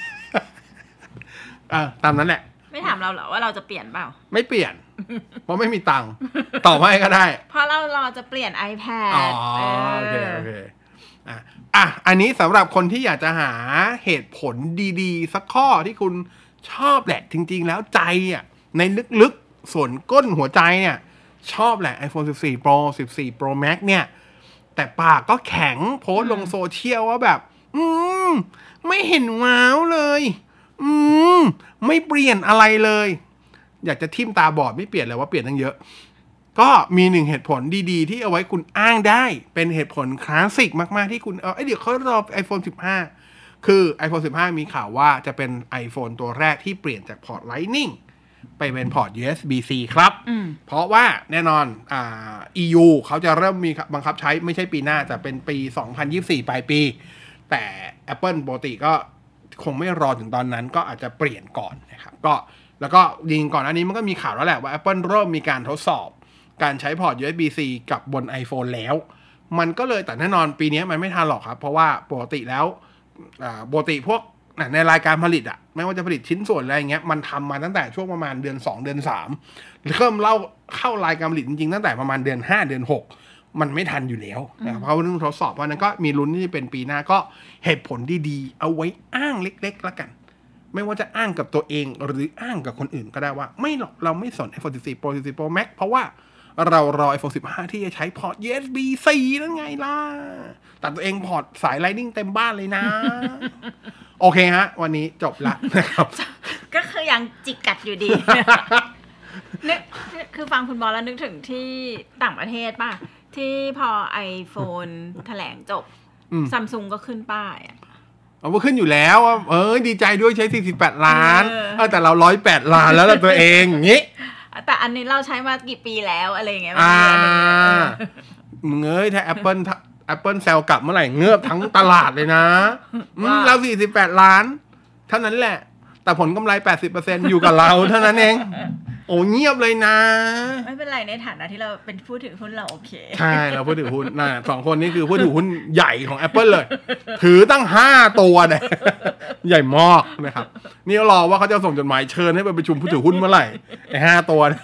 A: อ่าตามนั้นแหละ
B: ไม่ถามเราเหรอว่าเราจะเปลี่ยนเปล่า
A: ไม่เปลี่ยนเพราะไม่มีตังค์ต่อไปก็ได้
B: เพราะเราเราจะเปลี่ยน iPad
A: อ๋อโอเคโอเคอ่ะอ่ะอันนี้สำหรับคนที่อยากจะหาเหตุผลดีๆสักข้อที่คุณชอบแหละจริงๆแล้วใจอ่ะในลึกๆส่วนก้นหัวใจเนี่ยชอบแหละ iPhone สิบสี่ Pro สิบสี่ Pro Max เนี่ยแต่ปากก็แข็งโพสต์ลงโซเชียลว่าแบบอืมไม่เห็นว้าวเลยอืมไม่เปลี่ยนอะไรเลยอยากจะทิ่มตาบอดไม่เปลี่ยนเลยว่าเปลี่ยนตั้งเยอะก็มีหนึ่งเหตุผลดีๆที่เอาไว้คุณอ้างได้เป็นเหตุผลคลาสสิกมากๆที่คุณเออเดี๋ยวเขารอ iPhone สิบห้าคือ iPhone สิบห้ามีข่าวว่าจะเป็น iPhone ตัวแรกที่เปลี่ยนจากพอร์ต Lightning ไปเป็นพอร์ต ยู เอส บี ซี ครับเพราะว่าแน่นอนอ่า อี ยู เขาจะเริ่มมีบังคับใช้ไม่ใช่ปีหน้าแต่เป็นปีสองพันยี่สิบสี่ปลายปีแต่ Apple ปกติก็คงไม่รอถึงตอนนั้นก็อาจจะเปลี่ยนก่อนนะครับก็แล้วก็ยิงก่อนอันนี้มันก็มีข่าวแล้วแหละว่า Apple เริ่มมีการทดสอบการใช้พอร์ต ยู เอส บี ซี กับบน iPhone แล้วมันก็เลยแต่แน่นอนปีนี้มันไม่ทันหรอกครับเพราะว่าปกติแล้วปกติพวกในรายการผลิตอะไม่ว่าจะผลิตชิ้นส่วนอะไรเงี้ยมันทำมาตั้งแต่ช่วงประมาณเดือนสองเดือนสามเริ่มเล่าเข้ารายการผลิตจริงๆตั้งแต่ประมาณเดือนห้าเดือนหกมันไม่ทันอยู่แล้วนะเพราะว่าเรื่องทดสอบเพราะนั้นก็มีลุ้นที่จะเป็นปีหน้าก็เหตุผลดีๆเอาไว้อ้างเล็กๆแล้วกันไม่ว่าจะอ้างกับตัวเองหรืออ้างกับคนอื่นก็ได้ว่าไม่หรอกเราไม่สน iPhone สิบสี่ Pro สิบสี่ Pro Max เพราะว่าเรารอ iPhone สิบห้าที่จะใช้พอร์ต ยู เอส บี ซี นั่นไงล่ะแต่ตัวเองพอร์ตสาย Lightning เต็มบ้านเลยนะ โอเคฮะวันนี้จบละนะครับ
B: ก็คือยังจิกกัดอยู่ดี นึกคือฟังคุณบอลแล้วนึกถึงที่ต่างประเทศป่ะที่พอ iPhone แถลงจบ Samsung ก็ขึ้นป้ายอ่ะ
A: เอาว่าขึ้นอยู่แล้วเออดีใจด้วยใช้สี่สิบแปดล้านเออแต่เราหนึ่งร้อยแปดล้านแล้วล่ะตัวเองอย่างงี้
B: แต่อันนี้เราใช้มากี่ปีแล้วอะไรอย่างเงี้ย
A: อ่ามึงเอ้ยถ้า Apple Apple แซลกลับเมื่อไหร่เงือบทั้งตลาดเลยนะเราสี่สิบแปดล้านเท่านั้นแหละแต่ผลกำไร แปดสิบเปอร์เซ็นต์ อยู่กับเราเท่านั้นเองโอ้เงียบเลยนะ
B: ไม่เป็นไรในฐานะที่เราเป็นผู้ถือหุ้นเราโอเค
A: ใช่เราผู้ถือหุ้นน่ะสองคนนี้คือผู้ถือหุ้นใหญ่ของ Apple เลยถือตั้งห้าตัวเนี่ยใหญ่มากนะครับนี่รอว่าเขาจะส่งจดหมายเชิญให้ไปประชุมผู้ถือหุ้นเมื่อไหร่ไอ้ห้าตัวเนี่ย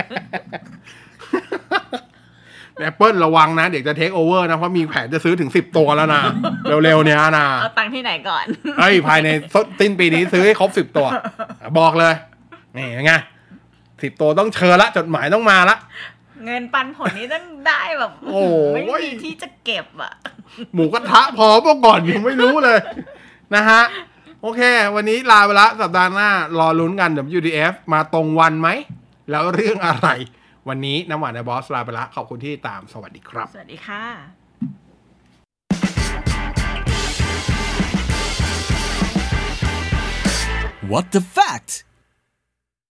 A: Apple ระวังนะเดี๋ยวจะเทคโอเวอร์นะเพราะมีแผนจะซื้อถึงสิบตัวแล้วนะเร็วๆเนี้ยนะ
B: เอาตังค์ที่ไหนก่อน
A: เอ้ยภายในสิ้นปีนี้ซื้อให้ครบสิบตัวบอกเลยนี่ไงสิบตัวต้องเชิญละจดหมายต้องมาละ
B: เงินปันผลนี้ต้องได้แบบโอ้ไม่มีที่จะเก็บอ่ะ
A: หมูกระทะพอเมื่อก่อนยังไม่รู้เลยนะฮะโอเควันนี้ลาไปละสัปดาห์หน้ารอลุ้นกัน ดับเบิลยู ที เอฟ มาตรงวันไหมแล้วเรื่องอะไรวันนี้น้ำหวานในบอสลาไปละขอบคุณที่ตามสวัสดีครับ
B: สวัสดีค่ะ
C: What the fact